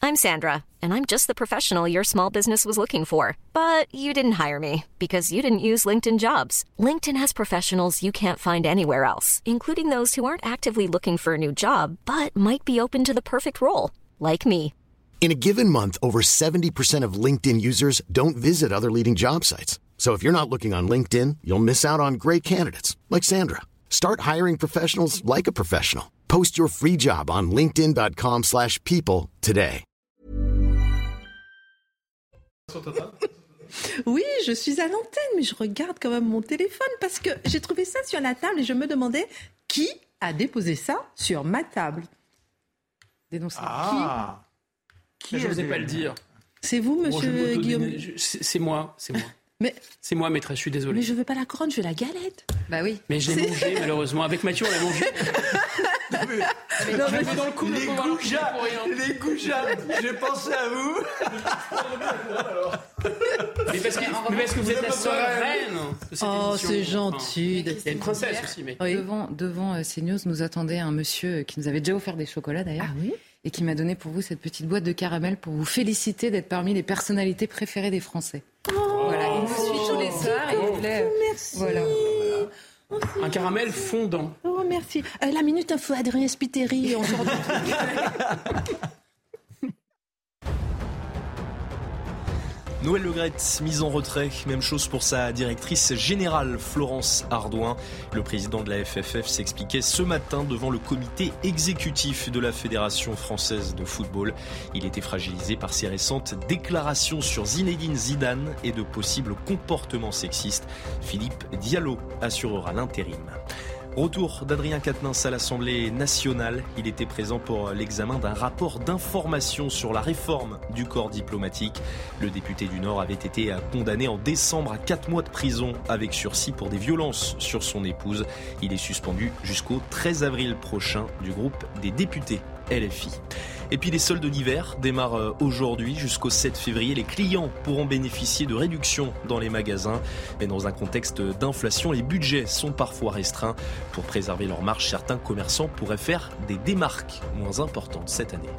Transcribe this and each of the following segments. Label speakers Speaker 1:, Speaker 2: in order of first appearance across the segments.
Speaker 1: I'm Sandra, and I'm just the professional your small business was looking for. But you didn't hire me because you didn't use LinkedIn Jobs. LinkedIn has professionals you can't find anywhere else, including those who aren't actively looking for a new job, but might be open to the perfect role, like me.
Speaker 2: In a given month, over 70% of LinkedIn users don't visit other leading job sites. So if you're not looking on LinkedIn, you'll miss out on great candidates like Sandra. Start hiring professionals like a professional. Post your free job on linkedin.com/people today.
Speaker 3: Oui, je suis à l'antenne, mais je regarde quand même mon téléphone parce que j'ai trouvé ça sur la table et je me demandais qui a déposé ça sur ma table. Dénoncez.
Speaker 4: Qui je n'osais pas le dire.
Speaker 3: C'est vous, monsieur Guillaume?
Speaker 4: C'est moi.
Speaker 3: Mais...
Speaker 4: C'est moi, maîtresse, je suis désolé.
Speaker 3: Mais je veux pas la couronne, je veux la galette.
Speaker 5: Bah oui.
Speaker 4: Mais je l'ai mangée, malheureusement. Avec Mathieu, on l'a mangée.
Speaker 3: Mais
Speaker 4: dans le couple,
Speaker 6: les goujats, j'ai pensé à vous.
Speaker 4: mais parce que vous êtes la seule reine de cette émission.
Speaker 3: C'est gentil.
Speaker 4: Il y a une princesse aussi. Mais...
Speaker 5: Oui. Devant CNews, nous attendait un monsieur qui nous avait déjà offert des chocolats d'ailleurs.
Speaker 3: Ah oui.
Speaker 5: Et qui m'a donné pour vous cette petite boîte de caramel pour vous féliciter d'être parmi les personnalités préférées des Français. Voilà, il nous suit tous les soirs et il voulait...
Speaker 3: Merci.
Speaker 5: Voilà.
Speaker 4: Un caramel fondant.
Speaker 3: Oh, merci. La minute info Adrien Spiteri, on se retrouve.
Speaker 7: Noël Le Graët, mise en retrait. Même chose pour sa directrice générale, Florence Ardouin. Le président de la FFF s'expliquait ce matin devant le comité exécutif de la Fédération française de football. Il était fragilisé par ses récentes déclarations sur Zinedine Zidane et de possibles comportements sexistes. Philippe Diallo assurera l'intérim. Retour d'Adrien Quatennens à l'Assemblée nationale. Il était présent pour l'examen d'un rapport d'information sur la réforme du corps diplomatique. Le député du Nord avait été condamné en décembre à 4 mois de prison avec sursis pour des violences sur son épouse. Il est suspendu jusqu'au 13 avril prochain du groupe des députés LFI. Et puis les soldes d'hiver démarrent aujourd'hui jusqu'au 7 février. Les clients pourront bénéficier de réductions dans les magasins. Mais dans un contexte d'inflation, les budgets sont parfois restreints. Pour préserver leur marge, certains commerçants pourraient faire des démarques moins importantes cette année.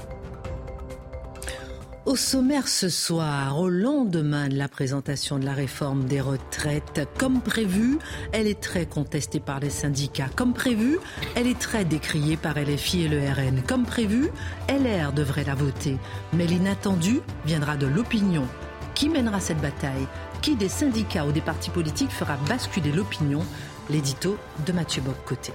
Speaker 3: Au sommaire ce soir, au lendemain de la présentation de la réforme des retraites, comme prévu, elle est très contestée par les syndicats. Comme prévu, elle est très décriée par LFI et le RN. Comme prévu, LR devrait la voter. Mais l'inattendu viendra de l'opinion. Qui mènera cette bataille ? Qui des syndicats ou des partis politiques fera basculer l'opinion ? L'édito de Mathieu Bock-Côté.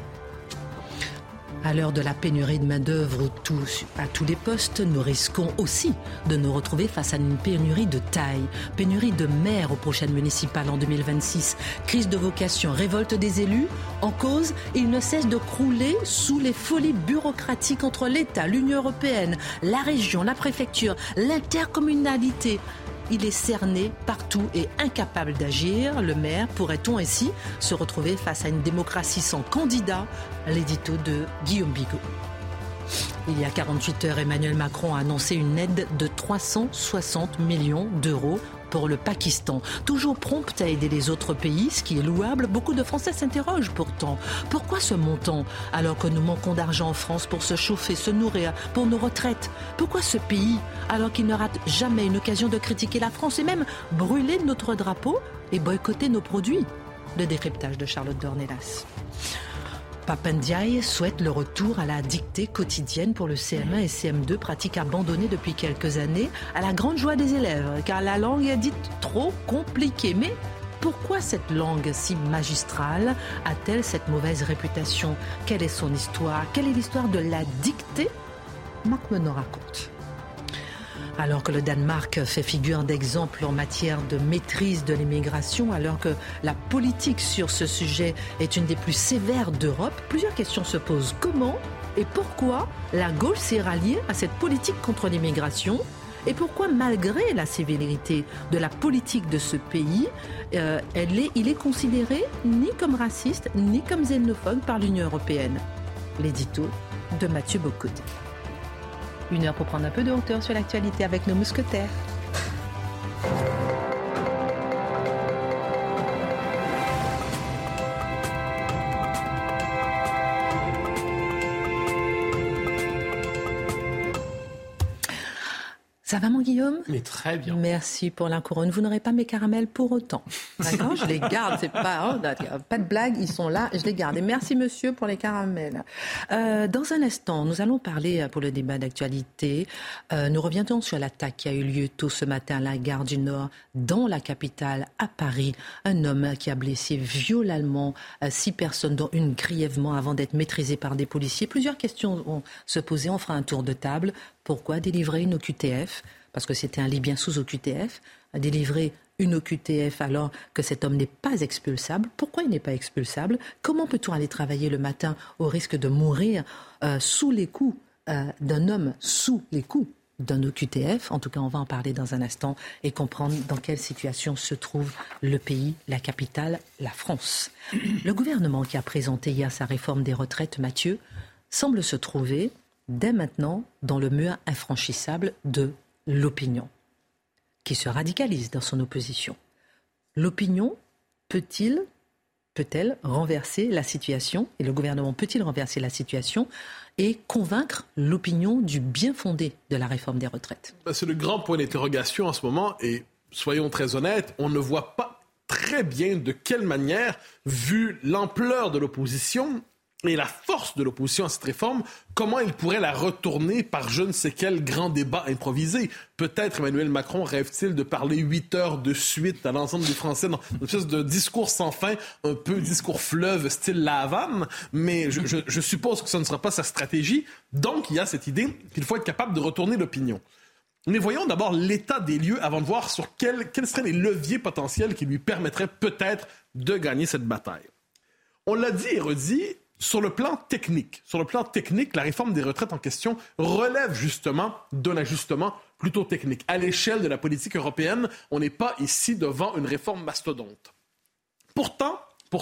Speaker 3: À l'heure de la pénurie de main-d'œuvre à tous les postes, nous risquons aussi de nous retrouver face à une pénurie de taille. Pénurie de maires aux prochaines municipales en 2026. Crise de vocation, révolte des élus. En cause, ils ne cessent de crouler sous les folies bureaucratiques entre l'État, l'Union européenne, la région, la préfecture, l'intercommunalité. Il est cerné partout et incapable d'agir. Le maire, pourrait-on ainsi se retrouver face à une démocratie sans candidat ? L'édito de Guillaume Bigot. Il y a 48 heures, Emmanuel Macron a annoncé une aide de 360 millions d'euros pour le Pakistan. Toujours prompt à aider les autres pays, ce qui est louable, beaucoup de Français s'interrogent pourtant. Pourquoi ce montant alors que nous manquons d'argent en France pour se chauffer, se nourrir, pour nos retraites ? Pourquoi ce pays alors qu'il ne rate jamais une occasion de critiquer la France et même brûler notre drapeau et boycotter nos produits ? Le décryptage de Charlotte Dornelas. Pap Ndiaye souhaite le retour à la dictée quotidienne pour le CM1 et CM2, pratique abandonnée depuis quelques années, à la grande joie des élèves, car la langue est dite trop compliquée. Mais pourquoi cette langue si magistrale a-t-elle cette mauvaise réputation ? Quelle est son histoire ? Quelle est l'histoire de la dictée ? Marc Menon raconte. Alors que le Danemark fait figure d'exemple en matière de maîtrise de l'immigration, alors que la politique sur ce sujet est une des plus sévères d'Europe, plusieurs questions se posent. Comment et pourquoi la gauche s'est ralliée à cette politique contre l'immigration ? Et pourquoi, malgré la sévérité de la politique de ce pays, il est considéré ni comme raciste, ni comme xénophobe par l'Union européenne ? L'édito de Mathieu Bock-Côté. 1 heure pour prendre un peu de hauteur sur l'actualité avec nos mousquetaires. Ça va, mon Guillaume?
Speaker 4: Mais très bien.
Speaker 3: Merci pour la couronne. Vous n'aurez pas mes caramels pour autant. D'accord? Je les garde. C'est pas de blague. Ils sont là. Je les garde. Et merci, monsieur, pour les caramels. Dans un instant, nous allons parler pour le débat d'actualité. Nous reviendrons sur l'attaque qui a eu lieu tôt ce matin à la gare du Nord, dans la capitale, à Paris. Un homme qui a blessé violemment 6 personnes, dont une grièvement, avant d'être maîtrisé par des policiers. Plusieurs questions vont se poser. On fera un tour de table. Pourquoi délivrer une OQTF? Parce que c'était un Libyen sous OQTF. Délivrer une OQTF alors que cet homme n'est pas expulsable. Pourquoi il n'est pas expulsable? Comment peut-on aller travailler le matin au risque de mourir sous les coups d'un homme, sous les coups d'un OQTF? En tout cas, on va en parler dans un instant et comprendre dans quelle situation se trouve le pays, la capitale, la France. Le gouvernement qui a présenté hier sa réforme des retraites, Mathieu, semble se trouver dès maintenant dans le mur infranchissable de l'opinion, qui se radicalise dans son opposition. L'opinion peut-elle renverser la situation, et le gouvernement peut-il renverser la situation et convaincre l'opinion du bien fondé de la réforme des retraites?
Speaker 8: C'est le grand point d'interrogation en ce moment, et soyons très honnêtes, on ne voit pas très bien de quelle manière, vu l'ampleur de l'opposition et la force de l'opposition à cette réforme, comment il pourrait la retourner par je ne sais quel grand débat improvisé. Peut-être Emmanuel Macron rêve-t-il de parler 8 heures de suite à l'ensemble des Français dans une espèce de discours sans fin, un peu discours fleuve style La Havane, mais je suppose que ce ne sera pas sa stratégie. Donc il y a cette idée qu'il faut être capable de retourner l'opinion. Mais voyons d'abord l'état des lieux avant de voir sur quels seraient les leviers potentiels qui lui permettraient peut-être de gagner cette bataille. On l'a dit et redit, sur le plan technique, la réforme des retraites en question relève justement d'un ajustement plutôt technique. À l'échelle de la politique européenne, on n'est pas ici devant une réforme mastodonte. Pourtant,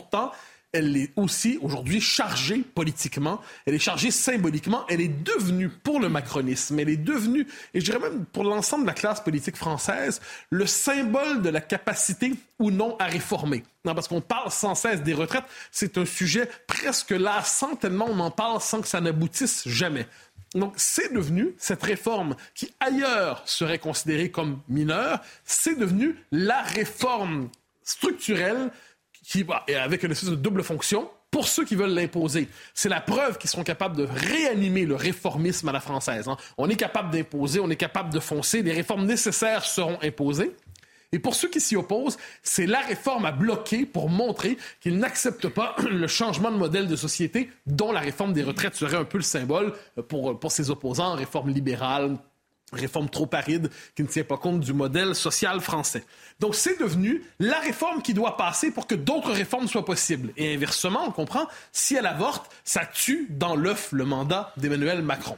Speaker 8: elle est aussi aujourd'hui chargée politiquement, elle est chargée symboliquement, elle est devenue, pour le macronisme, elle est devenue, et je dirais même pour l'ensemble de la classe politique française, le symbole de la capacité ou non à réformer. Non, parce qu'on parle sans cesse des retraites, c'est un sujet presque lassant, tellement on en parle sans que ça n'aboutisse jamais. Donc, c'est devenu, cette réforme qui ailleurs serait considérée comme mineure, c'est devenu la réforme structurelle qui, avec une espèce de double fonction, pour ceux qui veulent l'imposer. C'est la preuve qu'ils seront capables de réanimer le réformisme à la française. On est capable d'imposer, on est capable de foncer, les réformes nécessaires seront imposées. Et pour ceux qui s'y opposent, c'est la réforme à bloquer pour montrer qu'ils n'acceptent pas le changement de modèle de société dont la réforme des retraites serait un peu le symbole pour ses opposants, réforme libérale, réforme trop aride qui ne tient pas compte du modèle social français. Donc, c'est devenu la réforme qui doit passer pour que d'autres réformes soient possibles. Et inversement, on comprend, si elle avorte, ça tue dans l'œuf le mandat d'Emmanuel Macron.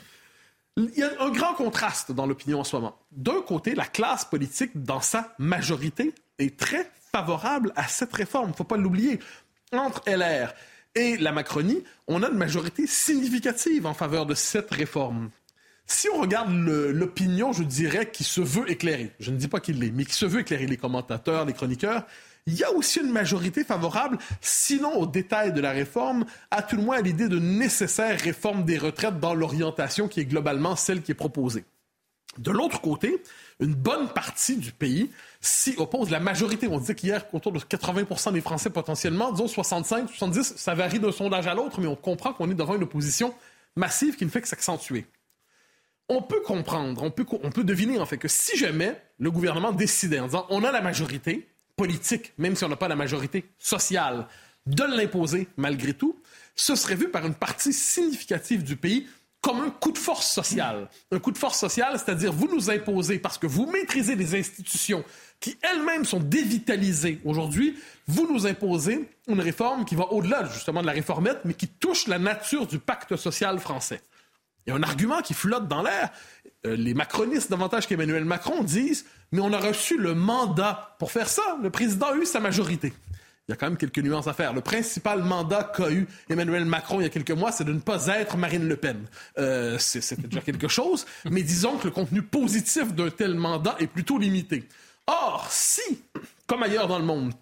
Speaker 8: Il y a un grand contraste dans l'opinion en ce moment. D'un côté, la classe politique, dans sa majorité, est très favorable à cette réforme. Il ne faut pas l'oublier. Entre LR et la Macronie, on a une majorité significative en faveur de cette réforme. Si on regarde l'opinion, je dirais, qui se veut éclairer, je ne dis pas qu'il l'est, mais qui se veut éclairer, les commentateurs, les chroniqueurs, il y a aussi une majorité favorable, sinon au détail de la réforme, à tout le moins à l'idée de nécessaire réforme des retraites dans l'orientation qui est globalement celle qui est proposée. De l'autre côté, une bonne partie du pays s'y oppose. La majorité, on disait qu'hier, autour de 80% des Français potentiellement, disons 65, 70, ça varie d'un sondage à l'autre, mais on comprend qu'on est devant une opposition massive qui ne fait que s'accentuer. On peut comprendre, on peut deviner en fait que si jamais le gouvernement décidait en disant on a la majorité politique, même si on n'a pas la majorité sociale, de l'imposer malgré tout, ce serait vu par une partie significative du pays comme un coup de force social. Un coup de force social, c'est-à-dire vous nous imposez parce que vous maîtrisez des institutions qui elles-mêmes sont dévitalisées aujourd'hui, vous nous imposez une réforme qui va au-delà justement de la réformette, mais qui touche la nature du pacte social français. Il y a un argument qui flotte dans l'air. Les macronistes, davantage qu'Emmanuel Macron, disent « Mais on a reçu le mandat pour faire ça. Le président a eu sa majorité. » Il y a quand même quelques nuances à faire. Le principal mandat qu'a eu Emmanuel Macron il y a quelques mois, c'est de ne pas être Marine Le Pen. C'était déjà quelque chose, mais disons que le contenu positif d'un tel mandat est plutôt limité. Or, si, comme ailleurs dans le monde,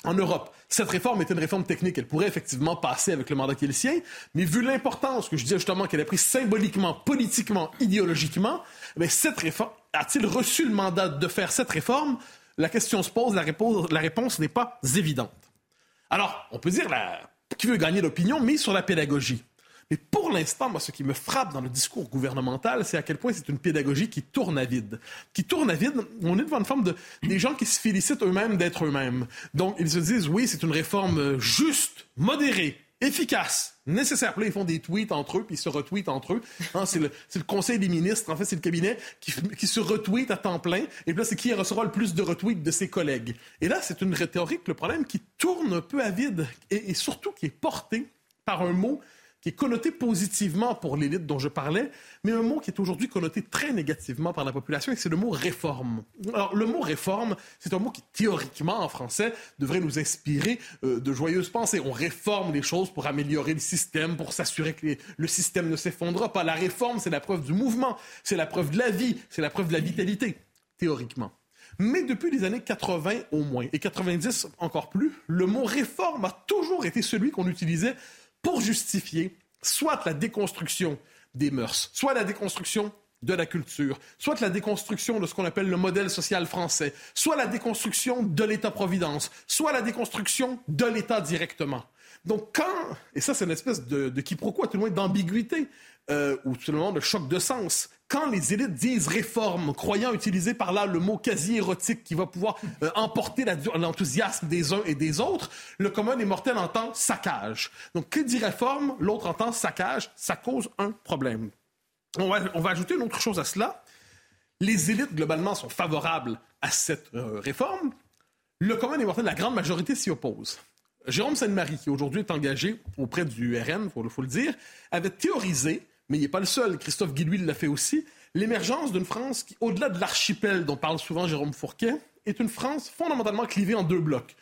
Speaker 8: en Europe. Cette réforme était une réforme technique. Elle pourrait effectivement passer avec le mandat qui est le sien, mais vu l'importance que je disais justement qu'elle a pris symboliquement, politiquement, idéologiquement, cette réforme, a-t-il reçu le mandat de faire cette réforme? La question se pose, la réponse n'est pas évidente. Alors, on peut dire qui veut gagner l'opinion, mais sur la pédagogie. Mais pour l'instant, moi, ce qui me frappe dans le discours gouvernemental, c'est à quel point c'est une pédagogie qui tourne à vide. Qui tourne à vide, on est devant une forme des gens qui se félicitent eux-mêmes d'être eux-mêmes. Donc, ils se disent, oui, c'est une réforme juste, modérée, efficace, nécessaire. Puis là, ils font des tweets entre eux, puis ils se retweetent entre eux. Hein, c'est le Conseil des ministres, en fait, c'est le cabinet qui se retweet à temps plein. Et puis là, c'est qui recevra le plus de retweets de ses collègues. Et là, c'est une rhétorique, le problème, qui tourne un peu à vide et surtout qui est portée par un mot qui est connoté positivement pour l'élite dont je parlais, mais un mot qui est aujourd'hui connoté très négativement par la population, et c'est le mot « réforme ». Alors, le mot « réforme », c'est un mot qui, théoriquement, en français, devrait nous inspirer de joyeuses pensées. On réforme les choses pour améliorer le système, pour s'assurer que le système ne s'effondrera pas. La réforme, c'est la preuve du mouvement, c'est la preuve de la vie, c'est la preuve de la vitalité, théoriquement. Mais depuis les années 80 au moins, et 90 encore plus, le mot « réforme » a toujours été celui qu'on utilisait pour justifier soit la déconstruction des mœurs, soit la déconstruction de la culture, soit la déconstruction de ce qu'on appelle le modèle social français, soit la déconstruction de l'État-providence, soit la déconstruction de l'État directement. Donc et ça c'est une espèce de quiproquo, à tout le moins d'ambiguïté, ou tout le monde de choc de sens, quand les élites disent réforme, croyant utiliser par là le mot quasi-érotique qui va pouvoir emporter l'enthousiasme des uns et des autres, le commun des mortels entend saccage. Donc, qui dit réforme, l'autre entend saccage, ça cause un problème. On va ajouter une autre chose à cela. Les élites, globalement, sont favorables à cette réforme. Le commun des mortels, la grande majorité s'y oppose. Jérôme Sainte-Marie, qui aujourd'hui est engagé auprès du RN, il faut le dire, avait théorisé, mais il n'est pas le seul, Christophe Guillouis l'a fait aussi, l'émergence d'une France qui, au-delà de l'archipel dont parle souvent Jérôme Fourquet, est une France fondamentalement clivée en deux blocs.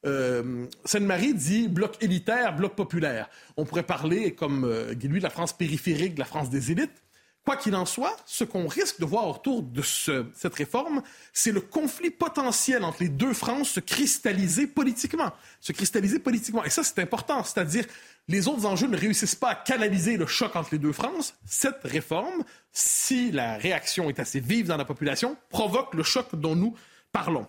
Speaker 8: Sainte-Marie dit bloc élitaire, bloc populaire. On pourrait parler, comme Guillouis, de la France périphérique, de la France des élites. Quoi qu'il en soit, ce qu'on risque de voir autour de cette réforme, c'est le conflit potentiel entre les deux Frances se cristalliser politiquement. Et ça, c'est important. C'est-à-dire, les autres enjeux ne réussissent pas à canaliser le choc entre les deux Frances. Cette réforme, si la réaction est assez vive dans la population, provoque le choc dont nous parlons.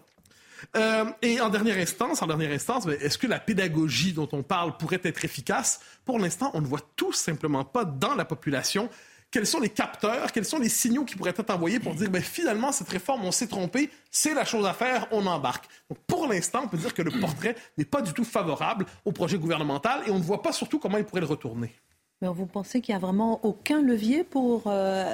Speaker 8: Et en dernière instance, est-ce que la pédagogie dont on parle pourrait être efficace? Pour l'instant, on ne voit tout simplement pas dans la population quels sont les capteurs, quels sont les signaux qui pourraient être envoyés pour dire finalement, cette réforme, on s'est trompé, c'est la chose à faire, on embarque. Donc, pour l'instant, on peut dire que le portrait n'est pas du tout favorable au projet gouvernemental et on ne voit pas surtout comment il pourrait le retourner.
Speaker 9: Mais vous pensez qu'il n'y a vraiment aucun levier pour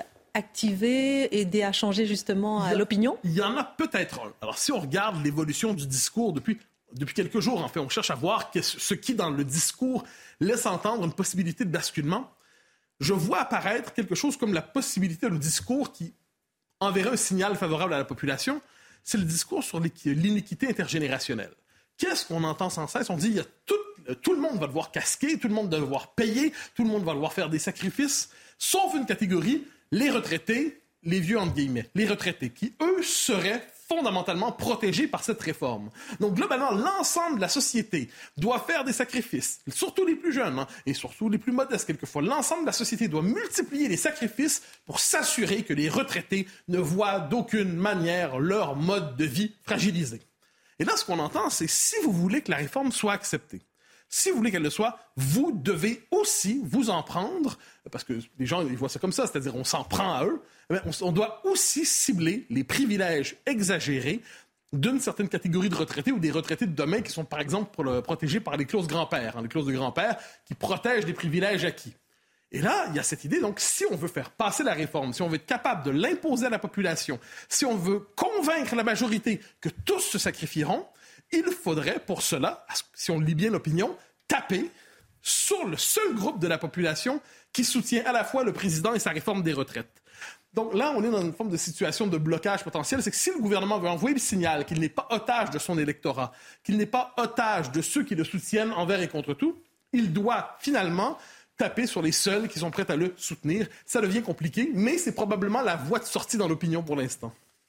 Speaker 9: activer, aider à changer justement l'opinion?
Speaker 8: Il y en a peut-être un. Alors, si on regarde l'évolution du discours depuis quelques jours, en fait, on cherche à voir ce qui, dans le discours, laisse entendre une possibilité de basculement. Je vois apparaître quelque chose comme la possibilité, le discours qui enverrait un signal favorable à la population, c'est le discours sur l'iniquité intergénérationnelle. Qu'est-ce qu'on entend sans cesse? On dit tout le monde va devoir casquer, tout le monde va devoir payer, tout le monde va devoir faire des sacrifices, sauf une catégorie, les retraités, les vieux entre guillemets, les retraités, qui eux seraient fondamentalement protégés par cette réforme. Donc, globalement, l'ensemble de la société doit faire des sacrifices, surtout les plus jeunes, et surtout les plus modestes quelquefois. L'ensemble de la société doit multiplier les sacrifices pour s'assurer que les retraités ne voient d'aucune manière leur mode de vie fragilisé. Et là, ce qu'on entend, c'est si vous voulez que la réforme soit acceptée, si vous voulez qu'elle le soit, vous devez aussi vous en prendre, parce que les gens ils voient ça comme ça, c'est-à-dire on s'en prend à eux, on doit aussi cibler les privilèges exagérés d'une certaine catégorie de retraités ou des retraités de demain qui sont par exemple protégés par les clauses grand-père, les clauses de grand-père qui protègent les privilèges acquis. Et là, il y a cette idée, donc, si on veut faire passer la réforme, si on veut être capable de l'imposer à la population, si on veut convaincre la majorité que tous se sacrifieront, il faudrait pour cela, si on lit bien l'opinion, taper sur le seul groupe de la population qui soutient à la fois le président et sa réforme des retraites. Donc là, on est dans une forme de situation de blocage potentiel. C'est que si le gouvernement veut envoyer le signal qu'il n'est pas otage de son électorat, qu'il n'est pas otage de ceux qui le soutiennent envers et contre tout, il doit finalement taper sur les seuls qui sont prêts à le soutenir. Ça devient compliqué, mais c'est probablement la voie de sortie dans l'opinion pour l'instant.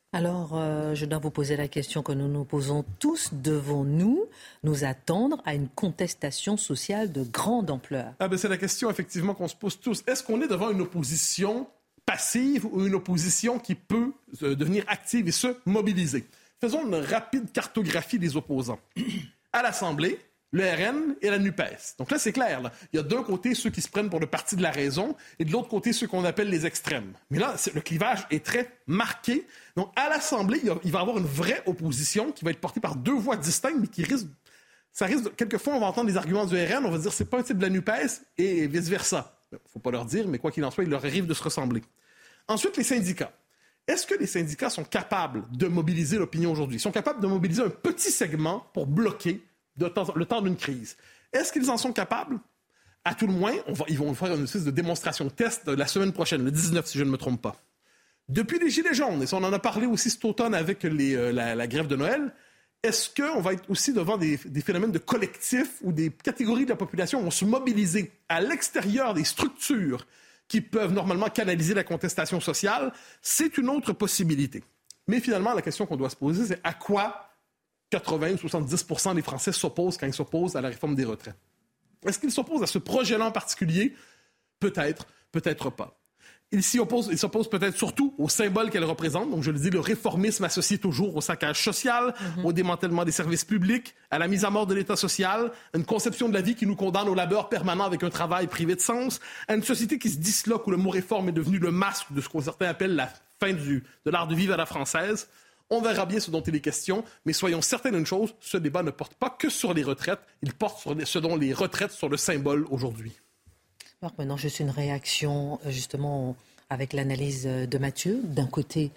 Speaker 3: Alors, je dois vous poser la question que nous nous posons tous. Devons-nous nous attendre à une contestation sociale de grande ampleur?
Speaker 8: C'est la question, effectivement, qu'on se pose tous. Est-ce qu'on est devant une opposition passive ou une opposition qui peut devenir active et se mobiliser? Faisons une rapide cartographie des opposants. À l'Assemblée, le RN et la NUPES. Donc là, c'est clair. Là. Il y a d'un côté ceux qui se prennent pour le parti de la raison et de l'autre côté ceux qu'on appelle les extrêmes. Mais là, le clivage est très marqué. Donc à l'Assemblée, il va y avoir une vraie opposition qui va être portée par deux voix distinctes, mais qui risque... quelquefois, on va entendre les arguments du RN, on va dire c'est pas un type de la NUPES et vice-versa. Il ne faut pas leur dire, mais quoi qu'il en soit, il leur arrive de se ressembler. Ensuite, les syndicats. Est-ce que les syndicats sont capables de mobiliser l'opinion aujourd'hui? Ils sont capables de mobiliser un petit segment pour bloquer le temps d'une crise. Est-ce qu'ils en sont capables? À tout le moins, ils vont faire une espèce de démonstration test la semaine prochaine, le 19, si je ne me trompe pas. Depuis les Gilets jaunes, et on en a parlé aussi cet automne avec la grève de Noël, est-ce qu'on va être aussi devant des phénomènes de collectifs où des catégories de la population vont se mobiliser à l'extérieur des structures qui peuvent normalement canaliser la contestation sociale? C'est une autre possibilité. Mais finalement, la question qu'on doit se poser, c'est à quoi 80 ou 70% des Français s'opposent quand ils s'opposent à la réforme des retraites. Est-ce qu'ils s'opposent à ce projet-là en particulier? Peut-être, peut-être pas. Ils s'opposent peut-être surtout au symbole qu'elle représente. Donc, je le dis, le réformisme associé toujours au saccage social, au démantèlement des services publics, à la mise à mort de l'État social, à une conception de la vie qui nous condamne au labeur permanent avec un travail privé de sens, à une société qui se disloque où le mot réforme est devenu le masque de ce qu'on certains appellent la fin de l'art de vivre à la française. On verra bien ce dont il est question, mais soyons certains d'une chose, ce débat ne porte pas que sur les retraites, il porte sur ce dont les retraites sont le symbole aujourd'hui.
Speaker 3: Alors maintenant, juste une réaction, justement, avec l'analyse de Mathieu. D'un côté,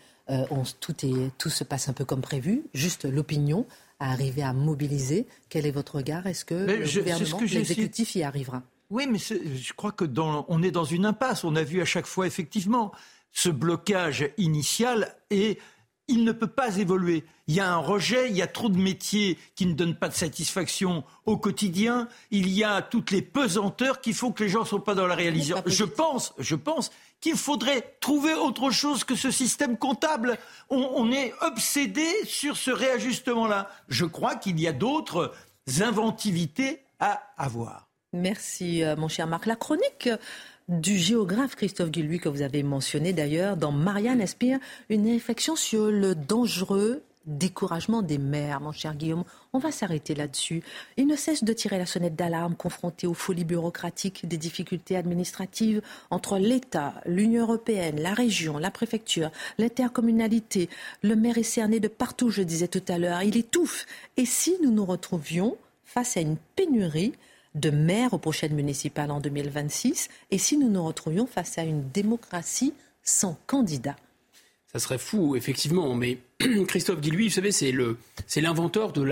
Speaker 3: tout se passe un peu comme prévu, juste l'opinion a arrivé à mobiliser. Quel est votre regard? Est-ce que le gouvernement, l'exécutif y arrivera?
Speaker 10: Oui, mais je crois que on est dans une impasse. On a vu à chaque fois, effectivement, ce blocage initial et il ne peut pas évoluer. Il y a un rejet, il y a trop de métiers qui ne donnent pas de satisfaction au quotidien. Il y a toutes les pesanteurs qui font que les gens ne sont pas dans la réalisation. Je pense qu'il faudrait trouver autre chose que ce système comptable. On est obsédé sur ce réajustement-là. Je crois qu'il y a d'autres inventivités à avoir.
Speaker 3: Merci, mon cher Marc. La chronique du géographe Christophe Guilluy, que vous avez mentionné d'ailleurs dans Marianne, inspire une réflexion sur le dangereux découragement des maires, mon cher Guillaume. On va s'arrêter là-dessus. Ils ne cessent de tirer la sonnette d'alarme, confrontés aux folies bureaucratiques, des difficultés administratives entre l'État, l'Union européenne, la région, la préfecture, l'intercommunalité. Le maire est cerné de partout, je disais tout à l'heure. Il étouffe. Et si nous nous retrouvions face à une pénurie de maires aux prochaines municipales en 2026, et si nous nous retrouvions face à une démocratie sans candidat?
Speaker 4: Ça serait fou, effectivement, mais Christophe Guilluy, vous savez, c'est l'inventeur de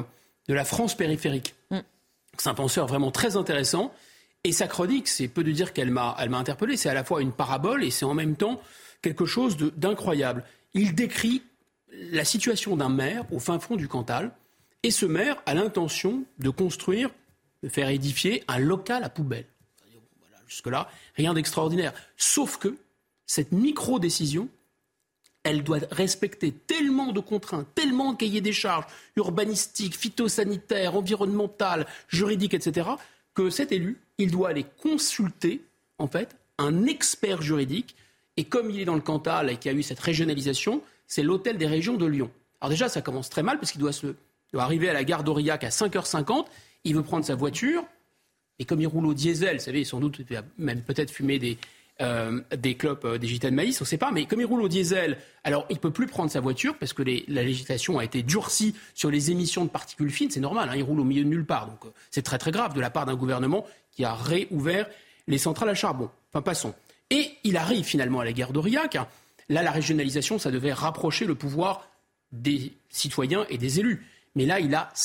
Speaker 4: la France périphérique. C'est un penseur vraiment très intéressant, et sa chronique, c'est peu de dire qu'elle m'a interpellé, c'est à la fois une parabole et c'est en même temps quelque chose d'incroyable. Il décrit la situation d'un maire au fin fond du Cantal, et ce maire a l'intention de construire, de faire édifier un local à poubelle. Voilà, jusque-là, rien d'extraordinaire. Sauf que cette micro-décision, elle doit respecter tellement de contraintes, tellement de cahiers des charges urbanistiques, phytosanitaires, environnementales, juridiques, etc., que cet élu, il doit aller consulter, en fait, un expert juridique. Et comme il est dans le Cantal et qu'il y a eu cette régionalisation, c'est l'hôtel des régions de Lyon. Alors déjà, ça commence très mal parce qu'il doit arriver à la gare d'Aurillac à 5h50. Il veut prendre sa voiture, et comme il roule au diesel, vous savez, sans doute, il va même peut-être fumer des clopes, des gitans de maïs, on ne sait pas, mais comme il roule au diesel, alors il ne peut plus prendre sa voiture parce que la législation a été durcie sur les émissions de particules fines, c'est normal, il roule au milieu de nulle part, donc c'est très très grave de la part d'un gouvernement qui a réouvert les centrales à charbon. Enfin, passons. Et il arrive finalement à la gare d'Aurillac. Là, la régionalisation, ça devait rapprocher le pouvoir des citoyens et des élus. Mais là, il a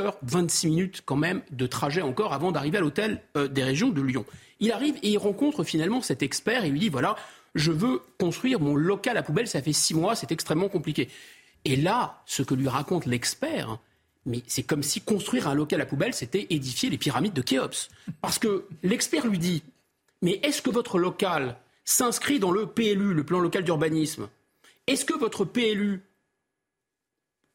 Speaker 4: 5h26 quand même de trajet encore avant d'arriver à l'hôtel des régions de Lyon. Il arrive et il rencontre finalement cet expert et lui dit, voilà, je veux construire mon local à poubelle, ça fait 6 mois, c'est extrêmement compliqué. Et là, ce que lui raconte l'expert, mais c'est comme si construire un local à poubelle, c'était édifier les pyramides de Khéops. Parce que l'expert lui dit, mais est-ce que votre local s'inscrit dans le PLU, le plan local d'urbanisme? Est-ce que votre PLU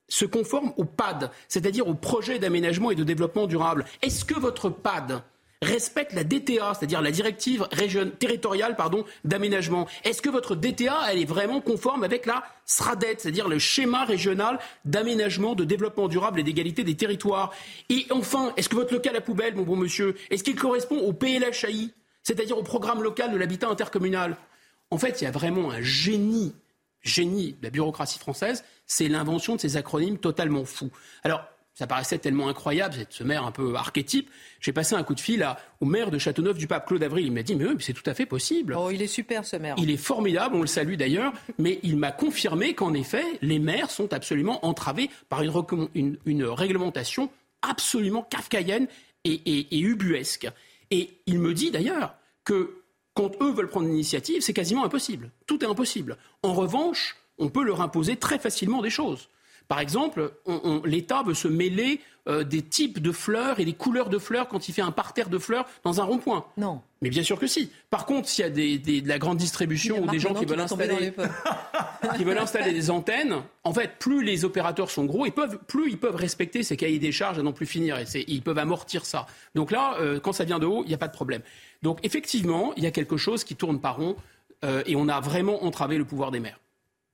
Speaker 4: se conforme au PAD, c'est-à-dire au projet d'aménagement et de développement durable. Est-ce que votre PAD respecte la DTA, c'est-à-dire la directive territoriale d'aménagement? Est-ce que votre DTA, elle est vraiment conforme avec la SRADET, c'est-à-dire le schéma régional d'aménagement, de développement durable et d'égalité des territoires? Et enfin, est-ce que votre local à poubelle, mon bon monsieur, est-ce qu'il correspond au PLHAI, c'est-à-dire au programme local de l'habitat intercommunal? En fait, il y a vraiment un génie de la bureaucratie française, c'est l'invention de ces acronymes totalement fous. Alors, ça paraissait tellement incroyable, ce maire un peu archétype. J'ai passé un coup de fil au maire de Châteauneuf-du-Pape, Claude Avril. Il m'a dit, mais oui, c'est tout à fait possible.
Speaker 3: Oh, il est super, ce maire.
Speaker 4: Il est formidable, on le salue d'ailleurs. Mais il m'a confirmé qu'en effet, les maires sont absolument entravés par une réglementation absolument kafkaïenne et ubuesque. Et il me dit d'ailleurs que quand eux veulent prendre une initiative, c'est quasiment impossible. Tout est impossible. En revanche, on peut leur imposer très facilement des choses. Par exemple, l'État veut se mêler des types de fleurs et des couleurs de fleurs quand il fait un parterre de fleurs dans un rond-point.
Speaker 3: Non.
Speaker 4: Mais bien sûr que si. Par contre, s'il y a de la grande distribution ou des gens qui veulent installer des antennes, en fait, plus les opérateurs sont gros, plus ils peuvent respecter ces cahiers des charges à n'en plus finir. Ils peuvent amortir ça. Donc là, quand ça vient de haut, il n'y a pas de problème. Donc effectivement, il y a quelque chose qui tourne par rond et on a vraiment entravé le pouvoir des maires.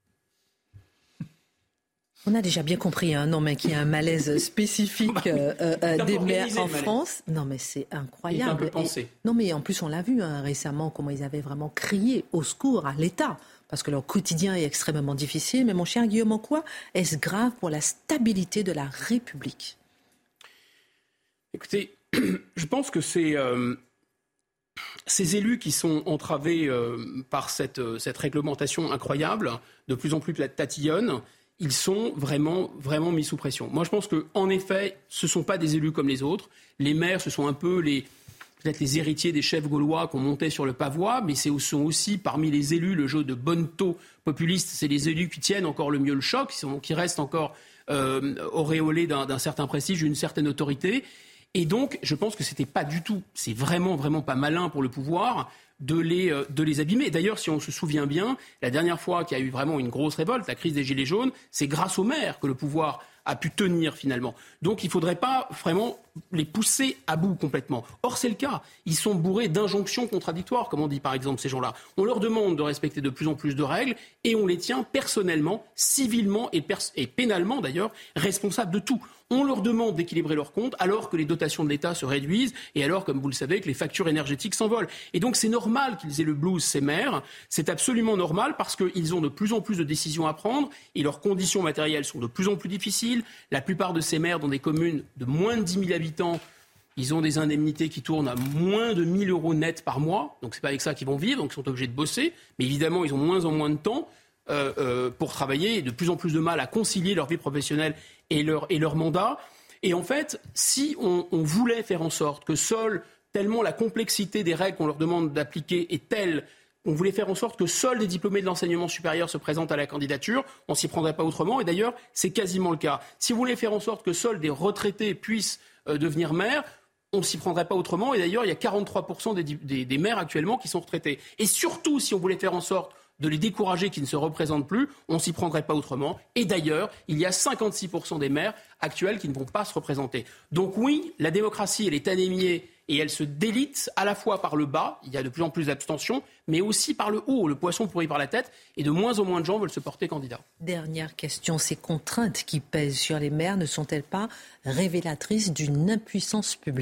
Speaker 3: On a déjà bien compris, non, mais qu'il y a un malaise spécifique des maires en France. Non, mais c'est incroyable.
Speaker 4: Un peu pensé.
Speaker 3: Non, mais en plus, on l'a vu récemment, comment ils avaient vraiment crié au secours à l'État, parce que leur quotidien est extrêmement difficile. Mais mon cher Guillaume, en quoi est-ce grave pour la stabilité de la République?
Speaker 4: Écoutez, je pense que ces élus qui sont entravés par cette réglementation incroyable, de plus en plus tatillonne, ils sont vraiment, vraiment mis sous pression. Moi, je pense qu'en effet, ce ne sont pas des élus comme les autres. Les maires, ce sont un peu peut-être les héritiers des chefs gaulois qu'on montait sur le pavois, mais ce sont aussi, parmi les élus, le jeu de bonneteau populiste, c'est les élus qui tiennent encore le mieux le choc, qui restent encore auréolés d'un certain prestige, d'une certaine autorité. Et donc, je pense que c'était pas du tout, c'est vraiment, vraiment pas malin pour le pouvoir de les abîmer. D'ailleurs, si on se souvient bien, la dernière fois qu'il y a eu vraiment une grosse révolte, la crise des Gilets jaunes, c'est grâce aux maires que le pouvoir a pu tenir finalement. Donc il ne faudrait pas vraiment les pousser à bout complètement. Or c'est le cas. Ils sont bourrés d'injonctions contradictoires, comme on dit par exemple ces gens-là. On leur demande de respecter de plus en plus de règles et on les tient personnellement, civilement et pénalement d'ailleurs responsables de tout. On leur demande d'équilibrer leurs comptes alors que les dotations de l'État se réduisent et alors, comme vous le savez, que les factures énergétiques s'envolent. Et donc c'est normal qu'ils aient le blues, ces maires. C'est absolument normal parce qu'ils ont de plus en plus de décisions à prendre et leurs conditions matérielles sont de plus en plus difficiles. La plupart de ces maires dans des communes de moins de 10 000 habitants, ils ont des indemnités qui tournent à moins de 1 000 € net par mois. Donc c'est pas avec ça qu'ils vont vivre, donc ils sont obligés de bosser. Mais évidemment, ils ont de moins en moins de temps pour travailler et de plus en plus de mal à concilier leur vie professionnelle et leur mandat. Et en fait, si on voulait faire en sorte que tellement la complexité des règles qu'on leur demande d'appliquer est telle, on voulait faire en sorte que seuls des diplômés de l'enseignement supérieur se présentent à la candidature, on ne s'y prendrait pas autrement. Et d'ailleurs, c'est quasiment le cas. Si on voulait faire en sorte que seuls des retraités puissent devenir maires, on ne s'y prendrait pas autrement. Et d'ailleurs, il y a 43% des maires actuellement qui sont retraités. Et surtout, si on voulait faire en sorte de les décourager qui ne se représentent plus, on ne s'y prendrait pas autrement. Et d'ailleurs, il y a 56% des maires actuels qui ne vont pas se représenter. Donc oui, la démocratie, elle est anémiée et elle se délite à la fois par le bas, il y a de plus en plus d'abstention, mais aussi par le haut, le poisson pourri par la tête, et de moins en moins de gens veulent se porter candidat.
Speaker 3: Dernière question, ces contraintes qui pèsent sur les maires ne sont-elles pas révélatrices d'une impuissance publique ?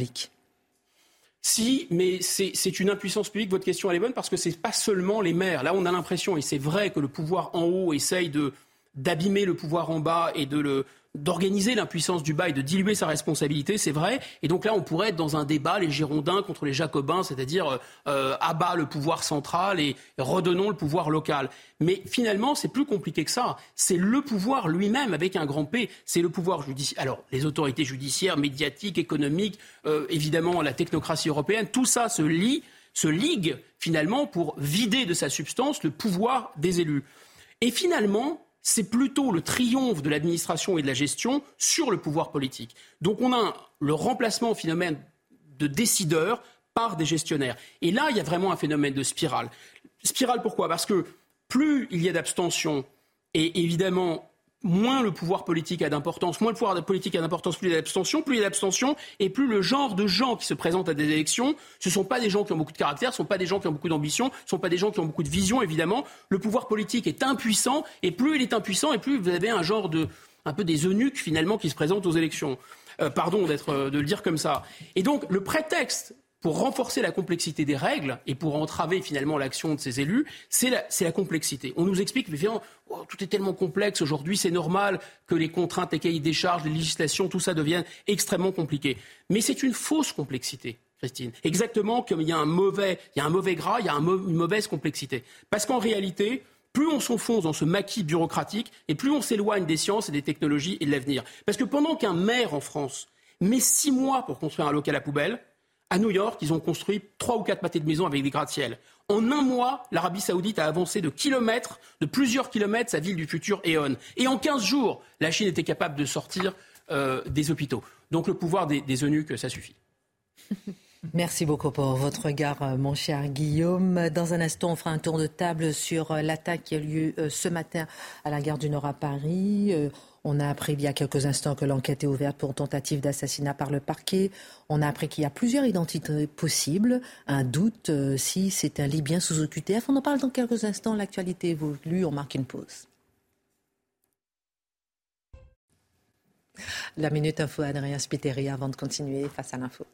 Speaker 4: Si, mais c'est une impuissance publique. Votre question, elle est bonne parce que c'est pas seulement les maires. Là, on a l'impression, et c'est vrai que le pouvoir en haut essaye d'abîmer le pouvoir en bas et d'organiser l'impuissance du bas et de diluer sa responsabilité, c'est vrai. Et donc là, on pourrait être dans un débat, les Girondins contre les Jacobins, c'est-à-dire abat le pouvoir central et redonnons le pouvoir local. Mais finalement, c'est plus compliqué que ça. C'est le pouvoir lui-même avec un grand P. C'est le pouvoir judiciaire. Alors, les autorités judiciaires, médiatiques, économiques, évidemment, la technocratie européenne, tout ça se ligue finalement pour vider de sa substance le pouvoir des élus. Et finalement, c'est plutôt le triomphe de l'administration et de la gestion sur le pouvoir politique. Donc on a le remplacement au phénomène de décideurs par des gestionnaires. Et là, il y a vraiment un phénomène de spirale. Spirale pourquoi ? Parce que plus il y a d'abstention et évidemment moins le pouvoir politique a d'importance, moins le pouvoir politique a d'importance, plus il y a d'abstention, et plus le genre de gens qui se présentent à des élections, ce ne sont pas des gens qui ont beaucoup de caractère, ce ne sont pas des gens qui ont beaucoup d'ambition, ce ne sont pas des gens qui ont beaucoup de vision, évidemment. Le pouvoir politique est impuissant, et plus il est impuissant, et plus vous avez un peu des eunuques, finalement, qui se présentent aux élections. Pardon de le dire comme ça. Et donc, le prétexte pour renforcer la complexité des règles et pour entraver finalement l'action de ces élus, c'est la complexité. On nous explique, mais tout est tellement complexe aujourd'hui, c'est normal que les contraintes, les cahiers des charges, les législations, tout ça devienne extrêmement compliqué. Mais c'est une fausse complexité, Christine. Exactement comme il y a un mauvais gras, il y a une mauvaise complexité. Parce qu'en réalité, plus on s'enfonce dans ce maquis bureaucratique et plus on s'éloigne des sciences et des technologies et de l'avenir. Parce que pendant qu'un maire en France met 6 mois pour construire un local à poubelle, à New York, ils ont construit 3 ou 4 pâtés de maison avec des gratte-ciel. En un mois, l'Arabie Saoudite a avancé de plusieurs kilomètres, sa ville du futur Éon. Et en 15 jours, la Chine était capable de sortir des hôpitaux. Donc le pouvoir des eunuques, ça suffit.
Speaker 3: Merci beaucoup pour votre regard, mon cher Guillaume. Dans un instant, on fera un tour de table sur l'attaque qui a lieu ce matin à la gare du Nord à Paris. On a appris il y a quelques instants que l'enquête est ouverte pour tentative d'assassinat par le parquet. On a appris qu'il y a plusieurs identités possibles. Un doute si c'est un Libyen sous OQTF. On en parle dans quelques instants. L'actualité évolue. On marque une pause. La Minute Info, Adrien Spiteri, avant de continuer face à l'info.